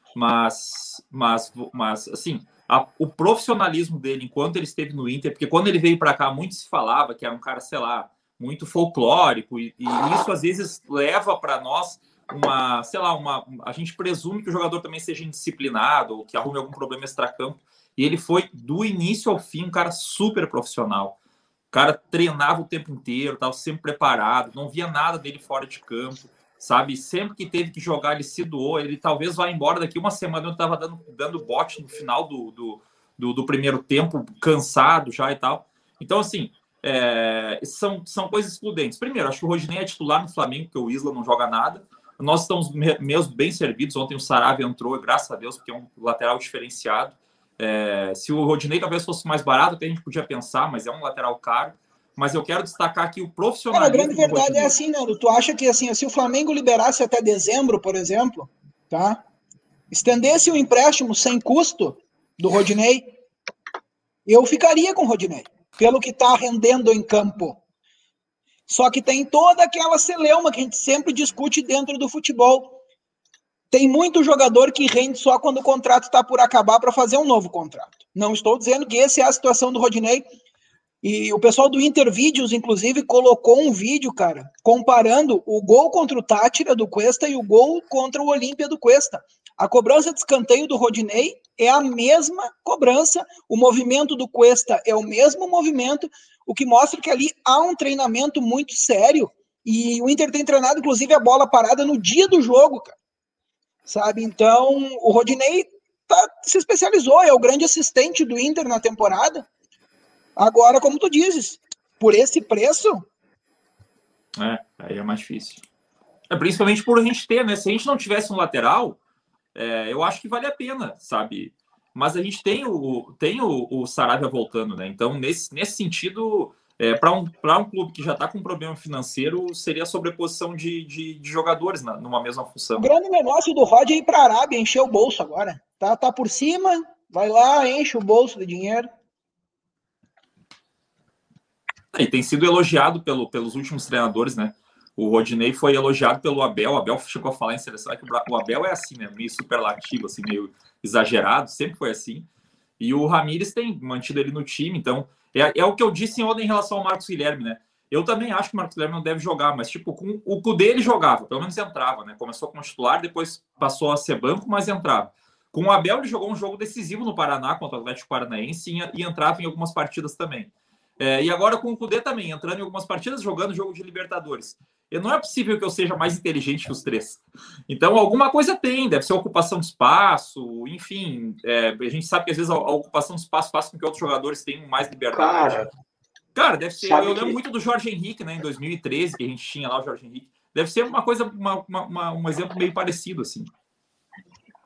Mas, mas, mas assim, a, o profissionalismo dele enquanto ele esteve no Inter, porque quando ele veio para cá, muito se falava que era um cara, sei lá, muito folclórico, e, e isso às vezes leva para nós uma, sei lá, uma, a gente presume que o jogador também seja indisciplinado ou que arrume algum problema extracampo. E ele foi, do início ao fim, um cara super profissional. O cara treinava o tempo inteiro, estava sempre preparado, não via nada dele fora de campo. Sabe, sempre que teve que jogar, ele se doou. Ele talvez vá embora daqui uma semana. Eu estava dando, dando bote no final do, do, do, do primeiro tempo, cansado já e tal. Então, assim, é, são, são coisas excludentes. Primeiro, acho que o Rodinei é titular no Flamengo, porque o Isla não joga nada. Nós estamos mesmo bem servidos. Ontem o Saraiva entrou, graças a Deus, porque é um lateral diferenciado. É, se o Rodinei talvez fosse mais barato, até a gente podia pensar, mas é um lateral caro. Mas eu quero destacar aqui o profissionalismo. Cara, a grande verdade é assim, Nando. Tu acha que assim, se o Flamengo liberasse até dezembro, por exemplo, tá? Estendesse o empréstimo sem custo do Rodinei, eu ficaria com o Rodinei, pelo que tá rendendo em campo. Só que tem toda aquela celeuma que a gente sempre discute dentro do futebol. Tem muito jogador que rende só quando o contrato está por acabar para fazer um novo contrato. Não estou dizendo que essa é a situação do Rodinei. E o pessoal do Intervídeos, inclusive, colocou um vídeo, cara, comparando o gol contra o Tátira do Cuesta e o gol contra o Olímpia do Cuesta. A cobrança de escanteio do Rodinei é a mesma cobrança, o movimento do Cuesta é o mesmo movimento, o que mostra que ali há um treinamento muito sério e o Inter tem treinado, inclusive, a bola parada no dia do jogo, cara. Sabe? Então, o Rodinei tá, se especializou, é o grande assistente do Inter na temporada. Agora, como tu dizes, por esse preço... É, aí é mais difícil. É, principalmente por a gente ter, né? Se a gente não tivesse um lateral, é, eu acho que vale a pena, sabe? Mas a gente tem o, tem o, o Saraiva voltando, né? Então, nesse, nesse sentido, é, para um, para um clube que já está com um problema financeiro, seria a sobreposição de, de, de jogadores na, numa mesma função. O grande negócio do Rod é ir para a Arábia, encher o bolso agora. Tá, tá por cima, vai lá, enche o bolso de dinheiro. E tem sido elogiado pelo, pelos últimos treinadores, né? O Rodinei foi elogiado pelo Abel. O Abel chegou a falar em seleção, é que o Abel é assim, né? Meio superlativo, assim, meio exagerado, sempre foi assim. E o Ramires tem mantido ele no time, então é, é o que eu disse ontem em relação ao Marcos Guilherme, né? Eu também acho que o Marcos Guilherme não deve jogar, mas tipo, com o Cudê ele jogava, pelo menos entrava, né? Começou como titular, depois passou a ser banco, mas entrava. Com o Abel ele jogou um jogo decisivo no Paraná contra o Atlético Paranaense e, e entrava em algumas partidas também. É, e agora com o Cudê também, entrando em algumas partidas, jogando jogo de Libertadores. E não é possível que eu seja mais inteligente que os três. Então, alguma coisa tem, deve ser ocupação de espaço, enfim. É, a gente sabe que às vezes a, a ocupação de espaço faz com que outros jogadores tenham mais liberdade. Cara, Cara deve ser. Eu lembro que... muito do Jorge Henrique, né, em dois mil e treze, que a gente tinha lá o Jorge Henrique. Deve ser uma coisa, uma, uma, uma, um exemplo meio parecido, assim.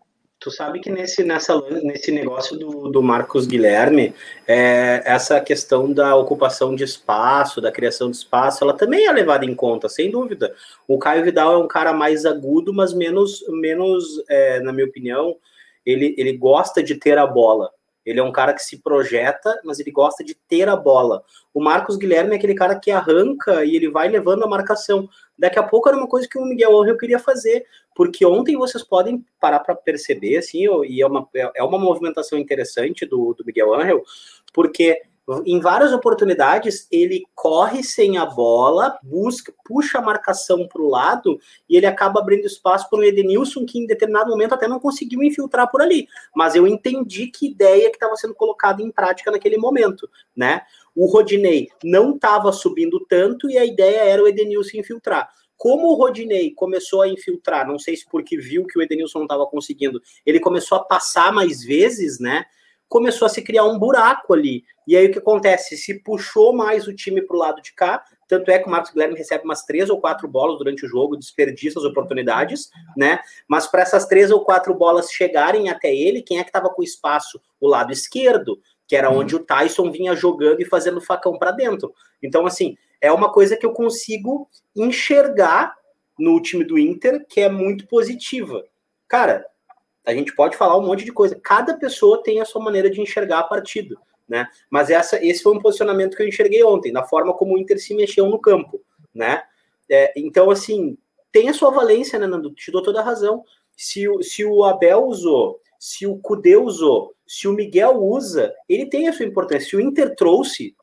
Tu sabe que nesse, nessa, nesse negócio do, do Marcos Guilherme, é, essa questão da ocupação de espaço, da criação de espaço, ela também é levada em conta, sem dúvida. O Caio Vidal é um cara mais agudo, mas menos, menos é, na minha opinião, ele, ele gosta de ter a bola. Ele é um cara que se projeta, mas ele gosta de ter a bola. O Marcos Guilherme é aquele cara que arranca e ele vai levando a marcação. Daqui a pouco era uma coisa que o Miguel Angel queria fazer, porque ontem vocês podem parar para perceber, assim, e é uma, é uma movimentação interessante do, do Miguel Angel, porque em várias oportunidades ele corre sem a bola, busca, puxa a marcação para o lado e ele acaba abrindo espaço para o Edenilson, que em determinado momento até não conseguiu infiltrar por ali. Mas eu entendi que ideia que estava sendo colocada em prática naquele momento, né? O Rodinei não estava subindo tanto e a ideia era o Edenilson infiltrar. Como o Rodinei começou a infiltrar, não sei se porque viu que o Edenilson não estava conseguindo, ele começou a passar mais vezes, né? Começou a se criar um buraco ali. E aí o que acontece? Se puxou mais o time para o lado de cá, tanto é que o Marcos Guilherme recebe umas três ou quatro bolas durante o jogo, desperdiça as oportunidades, né? Mas para essas três ou quatro bolas chegarem até ele, quem é que estava com espaço? O lado esquerdo, que era onde o Tyson vinha jogando e fazendo facão para dentro. Então, assim, é uma coisa que eu consigo enxergar no time do Inter, que é muito positiva. Cara, a gente pode falar um monte de coisa. Cada pessoa tem a sua maneira de enxergar a partida, né? Mas essa, esse foi um posicionamento que eu enxerguei ontem, da forma como o Inter se mexeu no campo, né? É, então, assim, tem a sua valência, né, Nando? Te dou toda a razão. Se, se o Abel usou, se o Kudê usou, se o Miguel usa, ele tem a sua importância. Se o Inter trouxe,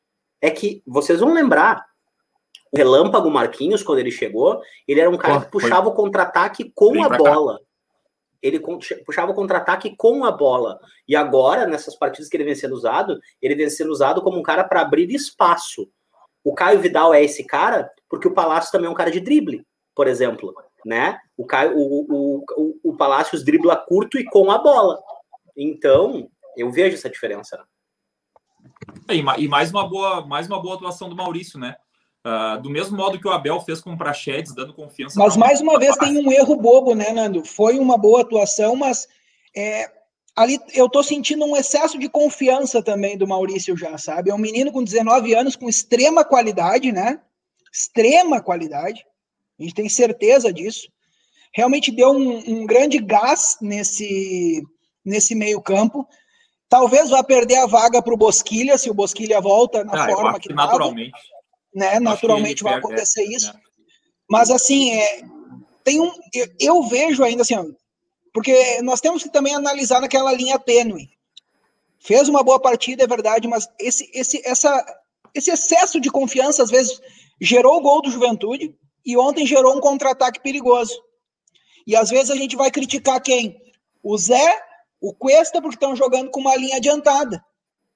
é que, vocês vão lembrar, o Relâmpago Marquinhos, quando ele chegou, ele era um cara oh, que puxava foi... o contra-ataque com a bola. Cá. Ele puxava o contra-ataque com a bola. E agora, nessas partidas que ele vem sendo usado, ele vem sendo usado como um cara para abrir espaço. O Caio Vidal é esse cara, porque o Palácio também é um cara de drible, por exemplo, né? O, Caio, o, o, o, o Palácios dribla curto e com a bola. Então, eu vejo essa diferença. E mais uma boa, mais uma boa atuação do Maurício, né? Uh, do mesmo modo que o Abel fez com o Praxedes, dando confiança. Mas mais uma vez tem um erro bobo, né, Nando? Foi uma boa atuação, mas é, ali eu tô sentindo um excesso de confiança também do Maurício já, sabe? É um menino com dezenove anos, com extrema qualidade, né? Extrema qualidade. A gente tem certeza disso. Realmente deu um, um grande gás nesse, nesse meio campo. Talvez vá perder a vaga para o Bosquilha, se o Bosquilha volta na ah, forma eu acho que, que naturalmente. Né? Naturalmente vai perde, acontecer isso. Né? Mas, assim, é, tem um, eu, eu vejo ainda assim, ó, porque nós temos que também analisar naquela linha tênue. Fez uma boa partida, é verdade, mas esse, esse, essa, esse excesso de confiança, às vezes, gerou o gol do Juventude e ontem gerou um contra-ataque perigoso. E, às vezes, a gente vai criticar quem? O Zé, o Cuesta, porque estão jogando com uma linha adiantada.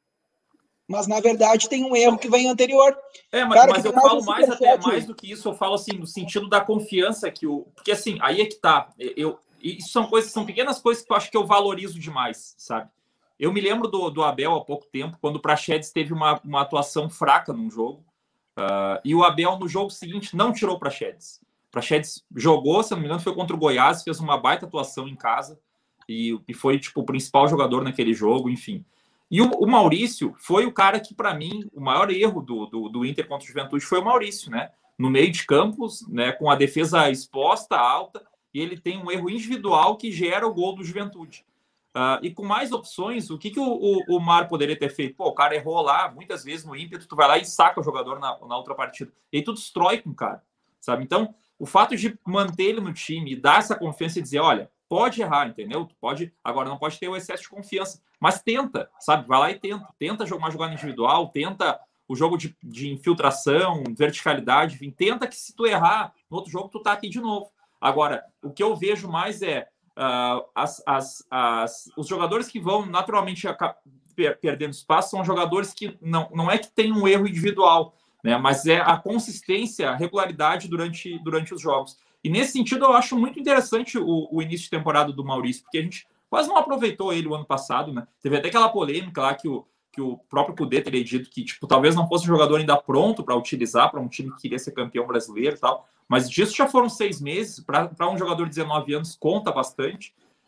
Mas, na verdade, tem um erro que vem anterior. É, mas, Cara, mas eu falo mais até mais do que isso. Eu falo, assim, no sentido da confiança que o... Porque, assim, aí é que tá. Eu, isso são coisas, são pequenas coisas que eu acho que eu valorizo demais, sabe? Eu me lembro do, do Abel há pouco tempo, quando o Praxedes teve uma, uma atuação fraca num jogo. Uh, e o Abel, no jogo seguinte, não tirou o Praxedes. O Praxedes jogou, se não me engano, foi contra o Goiás, fez uma baita atuação em casa. E, e foi, tipo, o principal jogador naquele jogo, enfim... E o, o Maurício foi o cara que, para mim, o maior erro do, do, do Inter contra o Juventude foi o Maurício, né? No meio de campos, né, com a defesa exposta, alta, e ele tem um erro individual que gera o gol do Juventude. Uh, e com mais opções, o que, que o, o, o Mar poderia ter feito? Pô, o cara errou lá, muitas vezes no ímpeto, tu vai lá e saca o jogador na, na outra partida. E aí tu destrói com o cara, sabe? Então, o fato de manter ele no time e dar essa confiança e dizer, olha, pode errar, entendeu? Tu pode, agora não pode ter o excesso de confiança, mas tenta, sabe? Vai lá e tenta. Tenta jogar uma jogada individual, tenta o jogo de, de infiltração, verticalidade, enfim, tenta que se tu errar, no outro jogo tu tá aqui de novo. Agora, o que eu vejo mais é uh, as, as, as, os jogadores que vão naturalmente per perdendo espaço são jogadores que não, não é que tem um erro individual, né? Mas é a consistência, a regularidade durante, durante os jogos. E nesse sentido, eu acho muito interessante o, o início de temporada do Maurício, porque a gente quase não aproveitou ele o ano passado, né? Teve até aquela polêmica lá que o, que o próprio Kudê teria dito que, tipo, talvez não fosse um jogador ainda pronto para utilizar para um time que queria ser campeão brasileiro e tal. Mas disso já foram seis meses. Para um jogador de dezenove anos, conta bastante.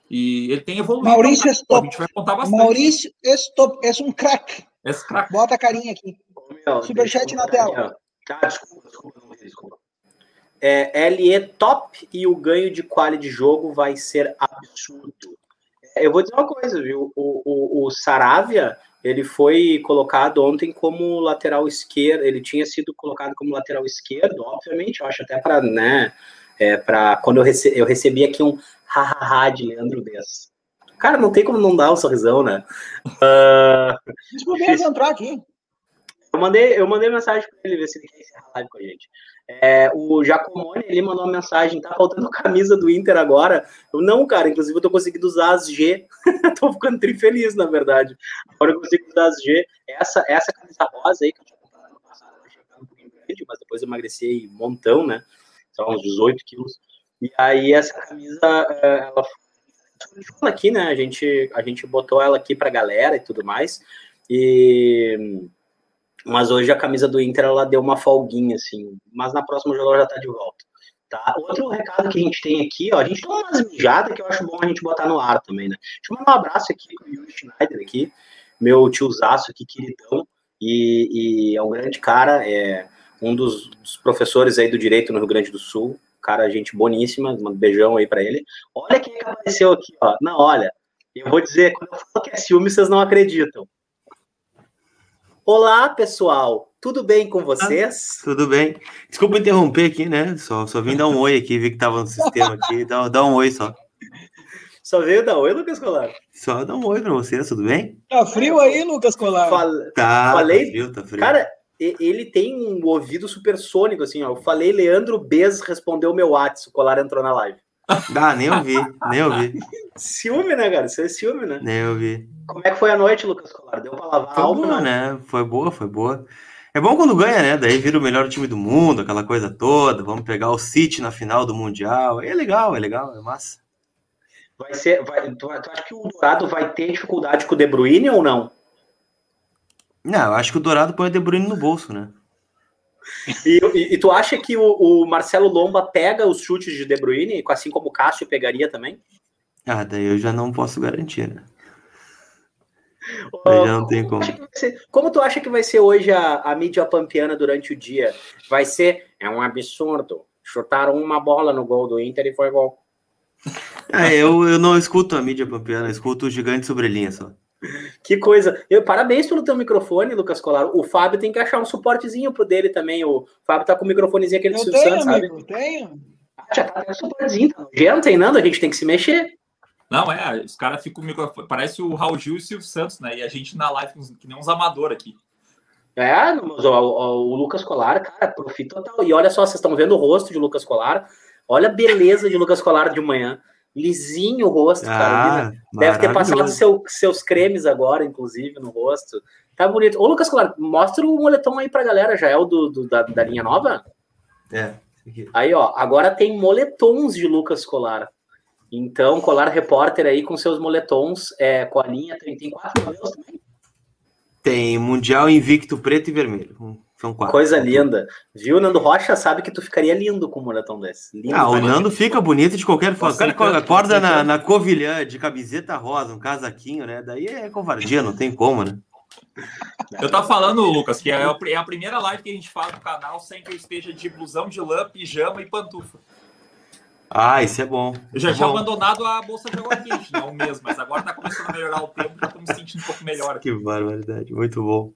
E ele tem evoluído. Maurício Pô, Estop. a gente vai contar bastante. Maurício Estop, é um craque. Esse craque. Bota a carinha aqui. Meu, Superchat na tela. Ah, desculpa, desculpa, não, desculpa. É, L E top e o ganho de quali de jogo vai ser absurdo. Eu vou dizer uma coisa, viu? O, o, o Saravia, ele foi colocado ontem como lateral esquerdo, ele tinha sido colocado como lateral esquerdo, obviamente, eu acho até para, né, é, para quando eu, rece, eu recebi aqui um hahaha de Leandro Bess. Cara, não tem como não dar um sorrisão, né? Uh, Deixa eu ver entrar aqui. Eu mandei, eu mandei mensagem para ele ver se ele quer encerrar a live com a gente. É, o Jacomone, ele mandou uma mensagem, tá faltando camisa do Inter agora. Eu, não, cara, inclusive eu tô conseguindo usar as G. Tô ficando tri feliz, na verdade. Agora eu consigo usar as G. Essa, essa camisa rosa aí, que eu tinha comprado no passado, eu achei um pouquinho grande, mas depois eu emagreci um montão, né? São uns dezoito quilos. E aí essa camisa, ela foi aqui, né? A gente, a gente botou ela aqui pra galera e tudo mais. E... Mas hoje a camisa do Inter, ela deu uma folguinha, assim. Mas na próxima jogo ela já tá de volta. Tá? Outro recado que a gente tem aqui, ó. A gente tem umas mijadas que eu acho bom a gente botar no ar também, né? Deixa eu mandar um abraço aqui pro Yuri Schneider aqui. Meu tiozaço aqui, queridão. E, e é um grande cara. É um dos, dos professores aí do Direito no Rio Grande do Sul. Cara, gente boníssima. Um beijão aí pra ele. Olha quem que apareceu aqui, ó. Não, olha. Eu vou dizer, quando eu falo que é ciúme, vocês não acreditam. Olá, pessoal. Tudo bem com vocês? Ah, tudo bem. Desculpa interromper aqui, né? Só, só vim dar um oi aqui, vi que tava no sistema aqui. Dá, dá um oi só. Só veio dar oi, Lucas Colar? Só dar um oi pra vocês, tudo bem? Tá frio aí, Lucas Colar? Fal... Tá, falei... tá frio, tá frio. Cara, ele tem um ouvido supersônico, assim, ó. Eu falei, Leandro Bez respondeu meu WhatsApp, o Colar entrou na live. Ah, nem ouvi, nem ouvi. Ciúme, né, cara? Isso é ciúme, né? Nem ouvi. Como é que foi a noite, Lucas Colar? Deu pra lavar foi algo, boa, não? né? Foi boa, foi boa. É bom quando ganha, né? Daí vira o melhor time do mundo, aquela coisa toda. Vamos pegar o City na final do Mundial. É legal, é legal, é massa. Vai ser, vai, tu, tu acha que o Dourado vai ter dificuldade com o De Bruyne ou não? Não, eu acho que o Dourado põe o De Bruyne no bolso, né? E, e, e tu acha que o, o Marcelo Lomba pega os chutes de De Bruyne, assim como o Cássio pegaria também? Ah, daí eu já não posso garantir, né? Daí já não tem como. Ser, como tu acha que vai ser hoje a, a mídia pampiana durante o dia? Vai ser, é um absurdo. Chutaram uma bola no gol do Inter e foi gol. Ah, eu, eu não escuto a mídia pampiana, eu escuto o Gigante Sobrelinha só. Que coisa. Eu, parabéns pelo teu microfone, Lucas Colar. O Fábio tem que achar um suportezinho pro dele também. O Fábio tá com o microfonezinho aquele do Silvio Santos, sabe? Eu tenho. Ah, já tá com o suportezinho. Já não tem nada, a gente tem que se mexer. Não, é, os caras ficam com o microfone. Parece o Raul Gil e o Silvio Santos, né? E a gente na live, que nem uns amadores aqui. É, mas ó, o, o Lucas Colar, cara, profita total. E olha só, vocês estão vendo o rosto de Lucas Colar. Olha a beleza de Lucas Colar de manhã. Lisinho o rosto, ah, cara. Deve ter passado seu, seus cremes agora, inclusive, no rosto. Tá bonito. Ô, Lucas Colar, mostra o moletom aí pra galera. Já é o do, do da, da linha nova? É. Aí, ó, agora tem moletons de Lucas Colar. Então, Colar Repórter aí com seus moletons, é, com a linha, tem, tem quatro modelos também. Tem Mundial Invicto Preto e Vermelho. São quatro. Coisa linda. Viu, Nando Rocha sabe que tu ficaria lindo com um moletom desse. Lindo, ah, o Nando fica bonito de qualquer forma. O cara acorda na, na Covilhã de camiseta rosa, um casaquinho, né? Daí é covardia, não tem como, né? Eu tava falando, Lucas, que é a primeira live que a gente faz no canal sem que eu esteja de blusão de lã, pijama e pantufa. Ah, isso é bom. Eu já é tinha bom. abandonado a bolsa de água quente, não mesmo, mas agora tá começando a melhorar o tempo, já tô me sentindo um pouco melhor aqui. Que barbaridade, muito bom.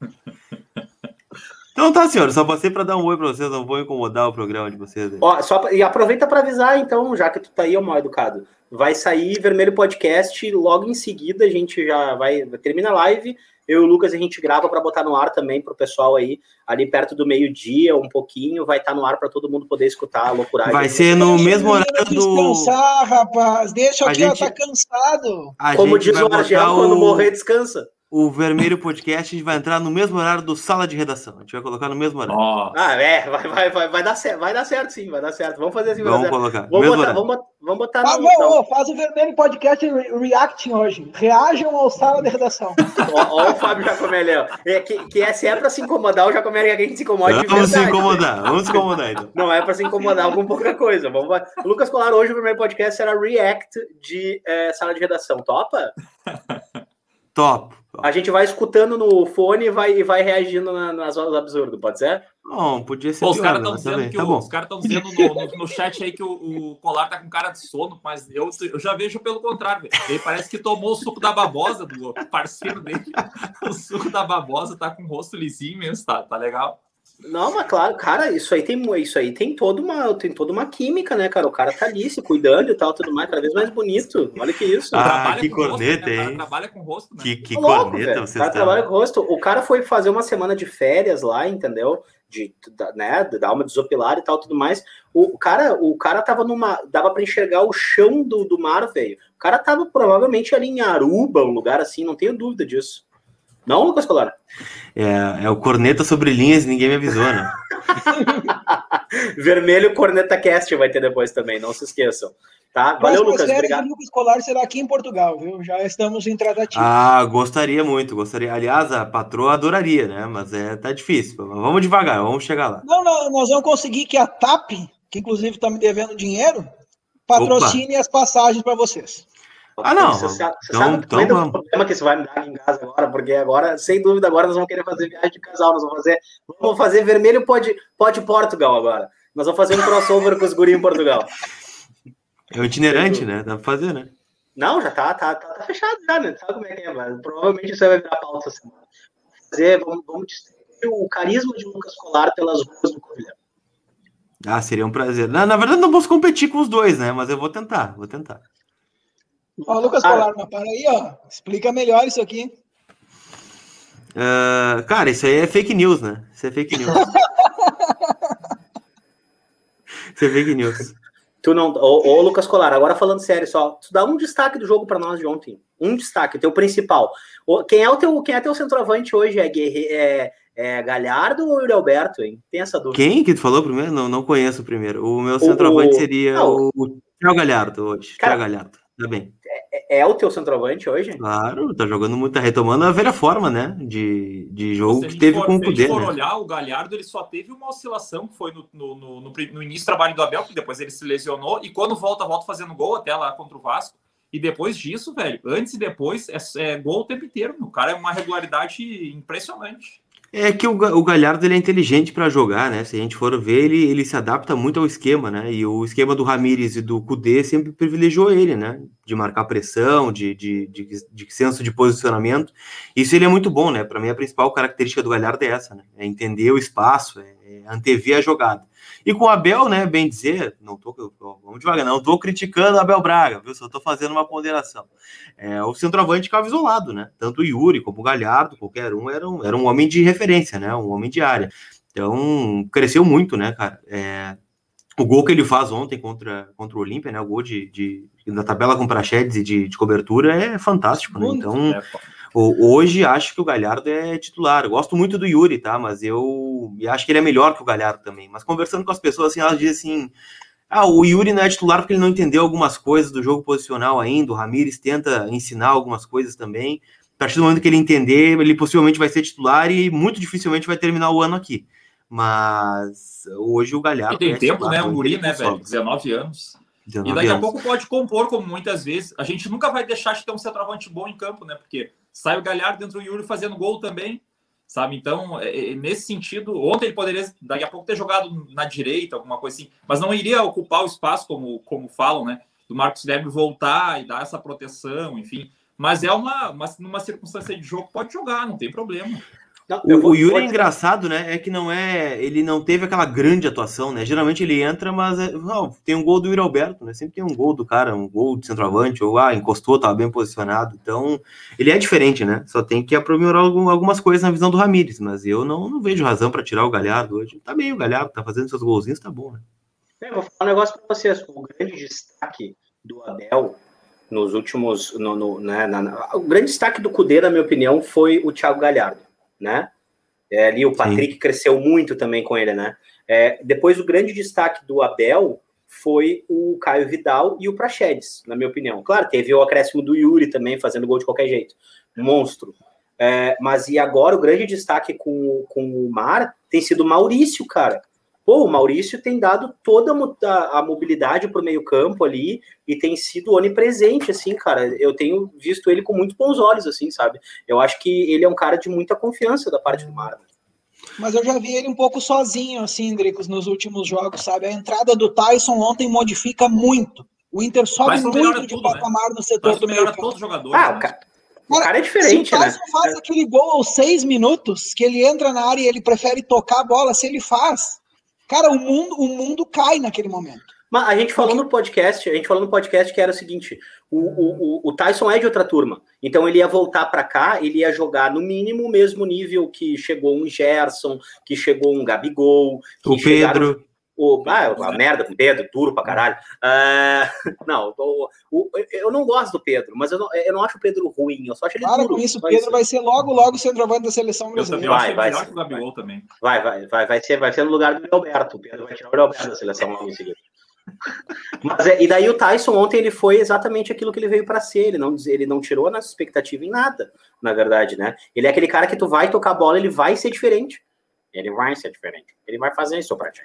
Então tá, senhor, só passei para dar um oi para vocês, não vou incomodar o programa de vocês. Aí. Ó, só, e aproveita para avisar, então, já que tu tá aí, ô mal educado, vai sair Vermelho Podcast, logo em seguida a gente já vai, termina a live, eu e o Lucas a gente grava para botar no ar também pro pessoal aí, ali perto do meio-dia, um pouquinho, vai estar tá no ar para todo mundo poder escutar a loucuragem. Vai ser no mesmo horário do... Descansar, rapaz, deixa a aqui, gente... ó, tá cansado. A Como gente diz o Argel, o... quando morrer, descansa. o Vermelho Podcast vai entrar no mesmo horário do Sala de Redação. A gente vai colocar no mesmo horário. Nossa. Ah, é, vai, vai, vai, vai, dar certo, vai dar certo sim, vai dar certo. Vamos fazer assim, vai Vamos dar certo. colocar. Vamos mesmo botar, horário. vamos, botar- vamos botar Ah, no. não, não. ô, faz o Vermelho Podcast re- Reacting hoje. Reajam ao Sala de Redação. Ó, ó o Fábio Jacomelli, ó. É, que, que é, se é pra se incomodar, o Jacomelli quer que a gente se incomode de Vamos se verdade. incomodar, vamos se incomodar então. Não é pra se incomodar com pouca coisa. Vamos... O Lucas Colar, hoje o primeiro podcast será React de é, Sala de Redação. Topa? Top. A gente vai escutando no fone e vai, e vai reagindo na, nas horas absurdas, pode ser? Bom, podia ser Pô, os pior, caras estão mas dizendo tá bem, que tá o, bom. os caras estão dizendo no, no, no chat aí que o, o Colar tá com cara de sono, mas eu, eu já vejo pelo contrário. Velho. Ele parece que tomou o suco da babosa do parceiro dele. O suco da babosa tá com o rosto lisinho mesmo, tá, tá legal. Não, mas claro, cara, isso aí tem isso aí tem toda uma tem toda uma química, né, cara? O cara tá ali se cuidando e tal, tudo mais, cada vez mais bonito. Olha que isso. Ah, Trabalha que com o rosto, corneta, né? O cara hein? trabalha com o rosto, né? Que, que Tá louco, corneta velho. vocês O cara estão. trabalha com o rosto. O cara foi fazer uma semana de férias lá, entendeu? De, né, de dar uma desopilada e tal, tudo mais. O cara, o cara tava numa, dava para enxergar o chão do, do mar, velho. O cara tava provavelmente ali em Aruba, um lugar assim, não tenho dúvida disso. Não, Lucas Colar? É, é o corneta sobre linhas e ninguém me avisou, né? Vermelho Corneta Cast vai ter depois também, não se esqueçam. Tá? Valeu, Próximas Lucas. férias Obrigado. do Lucas Colar será aqui em Portugal, viu? Já estamos em tratativa. Ah, gostaria muito, gostaria. Aliás, a patroa adoraria, né? Mas é, tá difícil. Vamos devagar, vamos chegar lá. Não, não, nós vamos conseguir que a T A P, que inclusive está me devendo dinheiro, patrocine Opa. as passagens para vocês. Ah, não. Você sabe, você então, sabe então o vamos. problema que isso vai me dar em casa agora, porque agora, sem dúvida, agora nós vamos querer fazer viagem de casal, nós vamos fazer, vamos fazer Vermelho pode, pode Portugal agora. Nós vamos fazer um crossover com os guris em Portugal. É um itinerante, né? Dá pra fazer, né? Não, já tá, tá, tá, tá fechado já, né? Sabe como é que é, mas provavelmente isso aí vai virar pauta assim. Fazer, vamos, vamos distribuir o carisma de Lucas Colar pelas ruas do Covilhã. Ah, seria um prazer. Na, na verdade, não posso competir com os dois, né? Mas eu vou tentar, vou tentar. Ó, Lucas Colar, mas para aí, ó. Explica melhor isso aqui. Uh, cara, isso aí é fake news, né? Isso é fake news. Isso é fake news. Tu não, ô, ô, Lucas Colar, agora falando sério só, tu dá um destaque do jogo para nós de ontem. Um destaque, teu principal. O, quem é o teu, quem é teu centroavante hoje? É, Guerre, é, é Galhardo ou Yuri Alberto, hein? Tem essa dúvida. Quem que tu falou primeiro? Não, não conheço o primeiro. O meu centroavante o, seria não, o Thiago Galhardo hoje. Thiago Galhardo, tá bem. É, é o teu centroavante hoje? Claro, tá jogando muito, tá retomando a velha forma, né? De, de jogo se que teve for, com o Cudê. Se a gente for né? olhar, o Galhardo ele só teve uma oscilação, que foi no, no, no, no, no início do trabalho do Abel, que depois ele se lesionou, e quando volta, volta fazendo gol até lá contra o Vasco. E depois disso, velho, antes e depois, é, é gol o tempo inteiro. O cara é uma regularidade impressionante. É que o, o Galhardo ele é inteligente para jogar, né? Se a gente for ver, ele, ele se adapta muito ao esquema, né? E o esquema do Ramires e do Cudê sempre privilegiou ele, né? De marcar pressão, de, de, de, de senso de posicionamento. Isso ele é muito bom, né? Para mim, a principal característica do Galhardo é essa, né? É entender o espaço, é, é antever a jogada. E com o Abel, né, bem dizer, não tô, vamos devagar, não tô criticando o Abel Braga, viu? Só tô fazendo uma ponderação. É, o centroavante ficava isolado, né? Tanto o Yuri como o Galhardo, qualquer um, era um, era um homem de referência, né? Um homem de área. Então, cresceu muito, né, cara? É, o gol que ele faz ontem contra, contra o Olímpia, né? O gol de, de, da tabela com prachedes e de, de cobertura é fantástico, né? Então, hoje acho que o Galhardo é titular. Eu gosto muito do Yuri, tá? Mas eu acho que ele é melhor que o Galhardo também. Mas conversando com as pessoas, assim, elas dizem assim: ah, o Yuri não é titular porque ele não entendeu algumas coisas do jogo posicional ainda. O Ramires tenta ensinar algumas coisas também. A partir do momento que ele entender, ele possivelmente vai ser titular e muito dificilmente vai terminar o ano aqui. Mas hoje o Galhardo. E tem é tempo, titular, né? O Muri, né, pessoal. velho? dezenove anos. dezenove E daqui anos. a pouco pode compor, como muitas vezes. A gente nunca vai deixar de ter um centroavante bom em campo, né? Porque sai o Galhardo dentro do Yuri fazendo gol também, sabe? Então, é, é, nesse sentido, ontem ele poderia, daqui a pouco, ter jogado na direita, alguma coisa assim, mas não iria ocupar o espaço, como, como falam, né? Do Marcos Guilherme voltar e dar essa proteção, enfim. Mas é uma, uma, numa circunstância de jogo, pode jogar, não tem problema. Não, O, vou, o Yuri vou... é engraçado, né? É que não é. Ele não teve aquela grande atuação, né? Geralmente ele entra, mas é, não, tem um gol do Yuri Alberto, né? Sempre tem um gol do cara, um gol de centroavante, ou ah, encostou, tava bem posicionado. Então, ele é diferente, né? Só tem que aprimorar algumas coisas na visão do Ramires, mas eu não, não vejo razão para tirar o Galhardo hoje. Tá bem o Galhardo, tá fazendo seus golzinhos, tá bom, né? Eu vou falar um negócio para vocês. O grande destaque do Abel nos últimos... No, no, né, na, na, o grande destaque do Kudê, na minha opinião, foi o Thiago Galhardo, né? É, ali o Patrick Sim. cresceu muito também com ele, né? É, depois o grande destaque do Abel foi o Caio Vidal e o Praxedes, na minha opinião. Claro, teve o acréscimo do Yuri também, fazendo gol de qualquer jeito. Monstro. É, mas e agora o grande destaque com, com o Mar tem sido o Maurício, cara. Pô, o Maurício tem dado toda a, a mobilidade pro meio campo ali e tem sido onipresente, assim, cara. Eu tenho visto ele com muito bons olhos, assim, sabe? Eu acho que ele é um cara de muita confiança da parte do Mar. Mas eu já vi ele um pouco sozinho, assim, Dricos, nos últimos jogos, sabe? A entrada do Tyson ontem modifica muito. O Inter sobe muito de patamar né? no setor do meio campo. Todos os jogadores, ah, né? o cara, o cara é diferente, se o Tyson né? faz aquele gol aos seis minutos, que ele entra na área e ele prefere tocar a bola, se ele faz, cara, o mundo, o mundo cai naquele momento. Mas a gente falou no podcast, a gente falou no podcast que era o seguinte, o, o, o Tyson é de outra turma, então ele ia voltar para cá, ele ia jogar no mínimo o mesmo nível que chegou um Gerson, que chegou um Gabigol, que o Pedro... O, ah, a merda com o Pedro, duro pra caralho. Uh, não, o, o, eu não gosto do Pedro, mas eu não, eu não acho o Pedro ruim, eu só acho ele Para duro. com isso, o Pedro isso. vai ser logo, logo o centroavante da seleção brasileira. Eu também acho vai, melhor vai, que o Gabigol vai, também. Vai, vai, vai, vai, ser, vai ser no lugar do Alberto. O Pedro vai tirar o Alberto da seleção logo em seguida. Mas, e daí o Tyson ontem ele foi exatamente aquilo que ele veio para ser, ele não, ele não tirou a nossa expectativa em nada, na verdade, né? Ele é aquele cara que tu vai tocar a bola, ele vai ser diferente. Ele vai ser diferente. Ele vai fazer isso pra ti.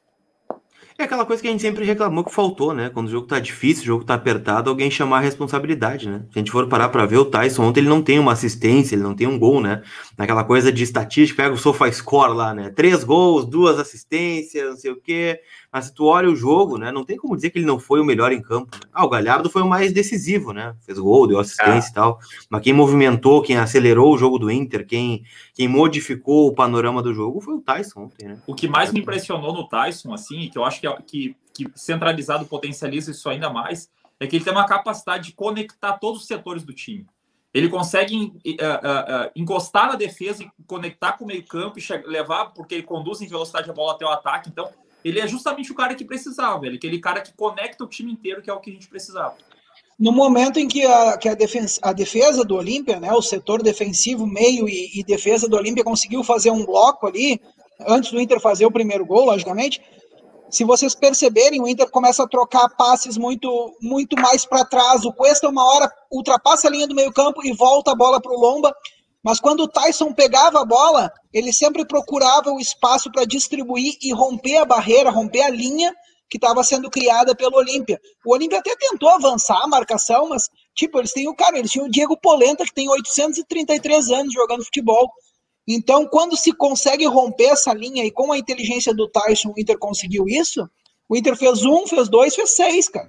É aquela coisa que a gente sempre reclamou que faltou, né? Quando o jogo tá difícil, o jogo tá apertado, alguém chamar a responsabilidade, né? Se a gente for parar pra ver, o Tyson ontem ele não tem uma assistência, ele não tem um gol, né? Naquela coisa de estatística, pega o SofaScore lá, né? Três gols, duas assistências, não sei o quê. Mas se tu olha o jogo, né? Não tem como dizer que ele não foi o melhor em campo. Né? Ah, o Galhardo foi o mais decisivo, né? Fez gol, deu assistência ah. e tal. Mas quem movimentou, quem acelerou o jogo do Inter, quem, quem modificou o panorama do jogo foi o Tyson ontem, né? O que mais me impressionou no Tyson, assim, e que eu acho que, que, que centralizado potencializa isso ainda mais, é que ele tem uma capacidade de conectar todos os setores do time. Ele consegue uh, uh, uh, encostar na defesa e conectar com o meio campo e levar, porque ele conduz em velocidade a bola até o ataque. Então, ele é justamente o cara que precisava. Ele é aquele cara que conecta o time inteiro, que é o que a gente precisava. No momento em que a, que a, defesa, a defesa do Olímpia, né, o setor defensivo, meio e, e defesa do Olímpia conseguiu fazer um bloco ali, antes do Inter fazer o primeiro gol, logicamente, se vocês perceberem, o Inter começa a trocar passes muito, muito mais para trás. O Cuesta, uma hora, ultrapassa a linha do meio campo e volta a bola para o Lomba. Mas quando o Tyson pegava a bola, ele sempre procurava o espaço para distribuir e romper a barreira, romper a linha que estava sendo criada pelo Olímpia. O Olímpia até tentou avançar a marcação, mas, tipo, eles têm o cara, eles tinham o Diego Polenta, que tem oitocentos e trinta e três anos jogando futebol. Então, quando se consegue romper essa linha, e com a inteligência do Tyson, o Inter conseguiu isso, o Inter fez um, fez dois, fez seis, cara.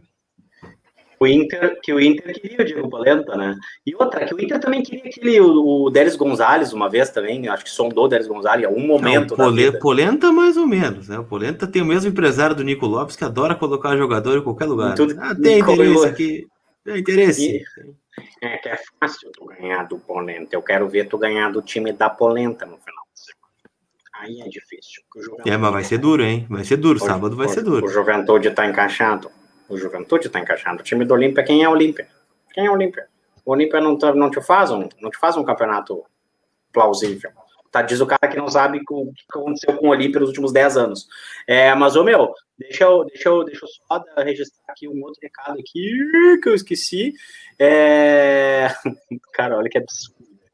O Inter, que o Inter queria o Diego Polenta, né? E outra, que o Inter também queria aquele, o, o Délis Gonzalez uma vez também, acho que sondou o Délis Gonzalez em algum momento. Não, Pole, Polenta mais ou menos, né? O Polenta tem o mesmo empresário do Nico Lopes, que adora colocar jogador em qualquer lugar. Tudo, né? Ah, tem interesse aqui, tem interesse. E, é que é fácil tu ganhar do Polenta, eu quero ver tu ganhar do time da Polenta no final de semana. Aí é difícil. É, mas vai ser duro, hein? Vai ser duro, o, sábado vai o, ser duro. O Juventude tá encaixado. O Juventude tá encaixando. O time do Olímpia, quem é o Olímpia? Quem é o Olímpia? O Olímpia não, tá, não, te faz um, não te faz um campeonato plausível. Tá, diz o cara que não sabe o que aconteceu com o Olímpia nos últimos dez anos. É, mas, ô meu, deixa eu, deixa, eu, deixa eu só registrar aqui um outro recado aqui que eu esqueci. É... Cara, olha que absurdo.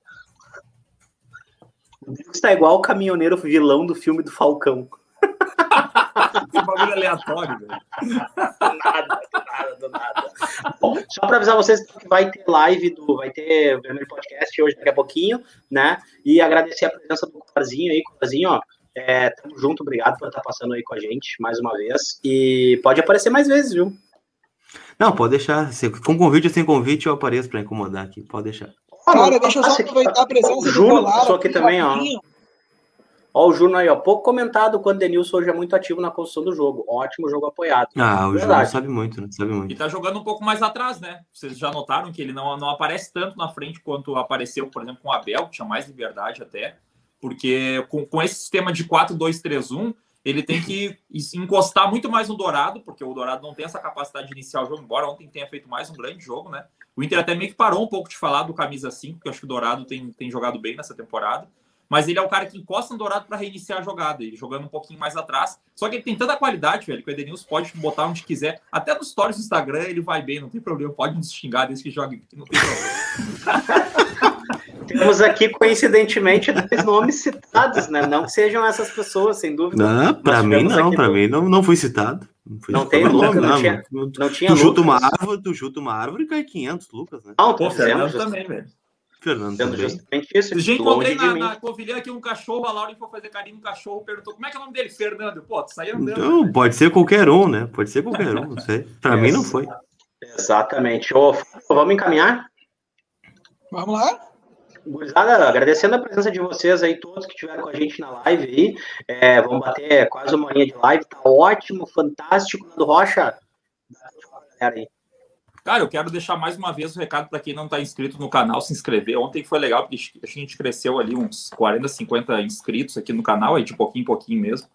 O Deus está igual o caminhoneiro vilão do filme do Falcão. Que bagulho aleatório, velho. Do nada, do nada, do nada. Bom, só para avisar vocês que vai ter live, do, vai ter Vermelho Podcast hoje daqui a pouquinho, né? E agradecer a presença do Corzinho aí, Corzinho, ó. É, tamo junto, obrigado por estar passando aí com a gente mais uma vez. E pode aparecer mais vezes, viu? Não, pode deixar. Se, com convite ou sem convite, eu apareço para incomodar aqui. Pode deixar. Cara, deixa eu só aproveitar a presença do Colar. Só aqui também, ó. Ó, o Júnior aí, ó, pouco comentado quando o Denilson hoje é muito ativo na construção do jogo. Ótimo jogo apoiado. Ah, o Júnior sabe muito, né? Sabe muito. E tá jogando um pouco mais atrás, né? Vocês já notaram que ele não, não aparece tanto na frente quanto apareceu, por exemplo, com o Abel, que tinha mais liberdade até. Porque com, com esse sistema de quatro dois três um, ele tem que encostar muito mais no Dourado, porque o Dourado não tem essa capacidade de iniciar o jogo, embora ontem tenha feito mais um grande jogo, né? O Inter até meio que parou um pouco de falar do camisa cinco, porque eu acho que o Dourado tem, tem jogado bem nessa temporada, mas ele é o cara que encosta no Dourado para reiniciar a jogada, ele jogando um pouquinho mais atrás, só que ele tem tanta qualidade, velho, que o Edenilson pode botar onde quiser, até nos stories do Instagram ele vai bem, não tem problema, pode nos xingar desde que jogue, não tem problema. Temos aqui, coincidentemente, dois nomes citados, né? Não que sejam essas pessoas, sem dúvida. Não, para mim não, para mim não, não fui citado. Não, fui não citado. Tem Lucas, não, não, tinha, não, não tinha tu Lucas. Chuta uma árvore, tu chuta uma árvore e cai quinhentos, Lucas, né? Não, tô Fernando just... também, velho. Fernando também. Justamente isso. Eu já encontrei na, na Covilhã aqui um cachorro, a Laura foi fazer carinho no cachorro, perguntou como é que é o nome dele? Fernando. Pô, tu saiu andando. Então, pode ser qualquer um, né? Pode ser qualquer um, não sei. Para mim não foi. Exatamente. Ô, vamos encaminhar? Vamos lá. Gurizada, agradecendo a presença de vocês aí, todos que estiveram com a gente na live aí. É, vamos bater quase uma horinha de live, tá ótimo, fantástico. Do Rocha, galera aí. Cara, eu quero deixar mais uma vez o recado para quem não está inscrito no canal, se inscrever. Ontem foi legal, porque a gente cresceu ali uns quarenta, cinquenta inscritos aqui no canal, aí de pouquinho em pouquinho mesmo.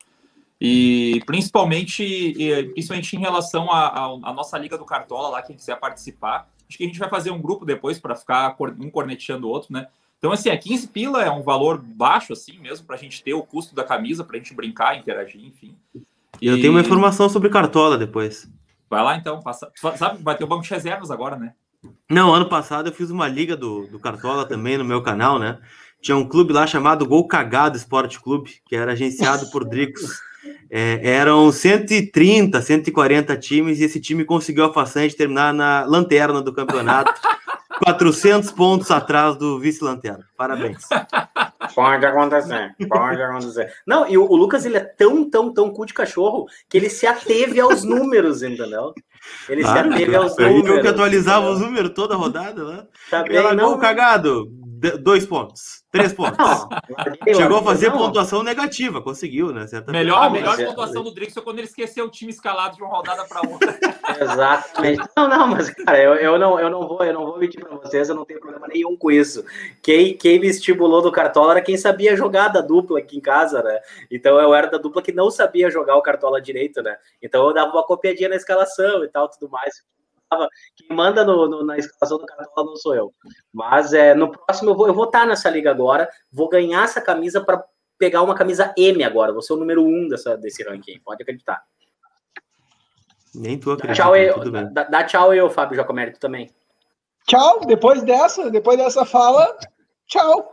E principalmente, principalmente em relação à nossa Liga do Cartola, lá, quem quiser participar. Acho que a gente vai fazer um grupo depois para ficar um corneteando o outro, né? Então, assim, é quinze pila, é um valor baixo, assim, mesmo, para a gente ter o custo da camisa, para a gente brincar, interagir, enfim. E eu tenho uma informação sobre Cartola depois. Vai lá, então. Passa... Sabe, vai ter o banco de reservas agora, né? Não, ano passado eu fiz uma liga do, do Cartola também no meu canal, né? Tinha um clube lá chamado Gol Cagado Esporte Clube, que era agenciado por Dricos. É, eram cento e trinta, cento e quarenta times e esse time conseguiu a façanha de terminar na lanterna do campeonato, quatrocentos pontos atrás do vice-lanterna. Parabéns. Pode acontecer, pode acontecer. Não, e o, o Lucas, ele é tão, tão, tão cu de cachorro que ele se ateve aos números, entendeu? Ele claro, se ateve aos números. Eu que atualizava entendeu? Os números toda a rodada lá. Tá bem, ela não, gol cagado, dois pontos, três pontos. Não, chegou a fazer não. pontuação negativa, conseguiu, né? Certamente. Melhor, a melhor pontuação é... do Drix foi quando ele esqueceu o time escalado de uma rodada para outra. Exatamente. Não, não, mas, cara, eu, eu, não, eu, não vou, eu não vou mentir para vocês, eu não tenho problema nenhum com isso. Quem, quem me estimulou do Cartola era quem sabia jogar da dupla aqui em casa, né? Então eu era da dupla que não sabia jogar o Cartola direito, né? Então eu dava uma copiadinha na escalação e tal, tudo mais. Quem manda no, no, na escalação do Cartola não sou eu. Mas é, no próximo eu vou, eu vou estar nessa liga agora, vou ganhar essa camisa para pegar uma camisa M agora, vou ser o número um dessa, desse ranking, pode acreditar. Nem tu acredita. Dá tchau aí, dá, dá tchau aí, Fábio Giacomelli, tu também. Tchau, depois dessa, depois dessa fala, tchau.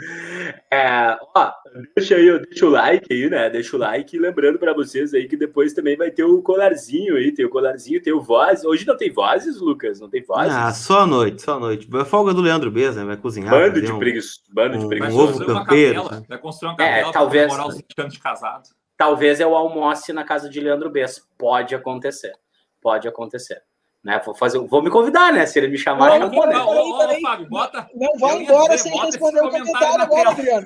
É, ó, deixa aí, deixa o like aí, né? Deixa o like, lembrando para vocês aí que depois também vai ter o colarzinho aí, tem o colarzinho, tem o voz. Hoje não tem vozes, Lucas? Não tem vozes? Ah, só à noite, só à noite. A folga do Leandro Beza, vai cozinhar. Bando de preguiçoso, um, bando de preguiçoso. Um ovo campeiro. Capela, vai construir uma capela é, talvez, para comemorar os vinte anos de casado. Talvez eu almoce na casa de Leandro Beza. Pode acontecer, pode acontecer. Né, vou, fazer, vou me convidar, né? Se ele me chamar, não, eu vou, né? Não, peraí, peraí. Fábio, bota, não vai embora dizer, sem responder o comentário agora, Adriano.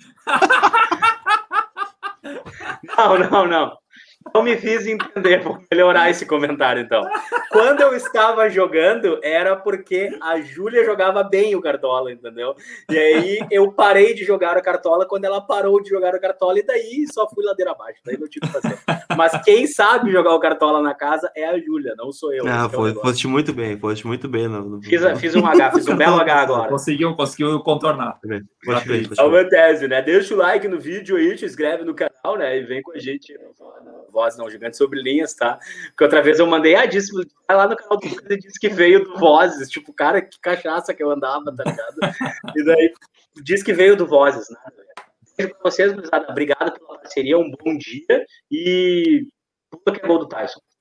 Não, não, não. Não me fiz entender, vou melhorar esse comentário, então. Quando eu estava jogando, era porque a Júlia jogava bem o Cartola, entendeu? E aí eu parei de jogar o Cartola quando ela parou de jogar o Cartola, e daí só fui ladeira abaixo, daí não tive que fazer. Mas quem sabe jogar o Cartola na casa é a Júlia, não sou eu. Ah, foi, é foste muito bem, foste muito bem. No, no... Fiz, fiz um H, fiz um belo H agora. Conseguiu, conseguiu contornar. Acontece, né? Deixa o like no vídeo aí, te inscreve no canal, né? E vem com a gente. Voz não, Gigante Sobre Linhas, tá? Porque outra vez eu mandei, ah, disse, vai lá no canal do Lucas e disse que veio do Vozes, tipo, cara, que cachaça que eu andava, tá ligado? E daí, disse que veio do Vozes, né? Beijo pra vocês, obrigado pela parceria, um bom dia e tudo que é gol do Tyson.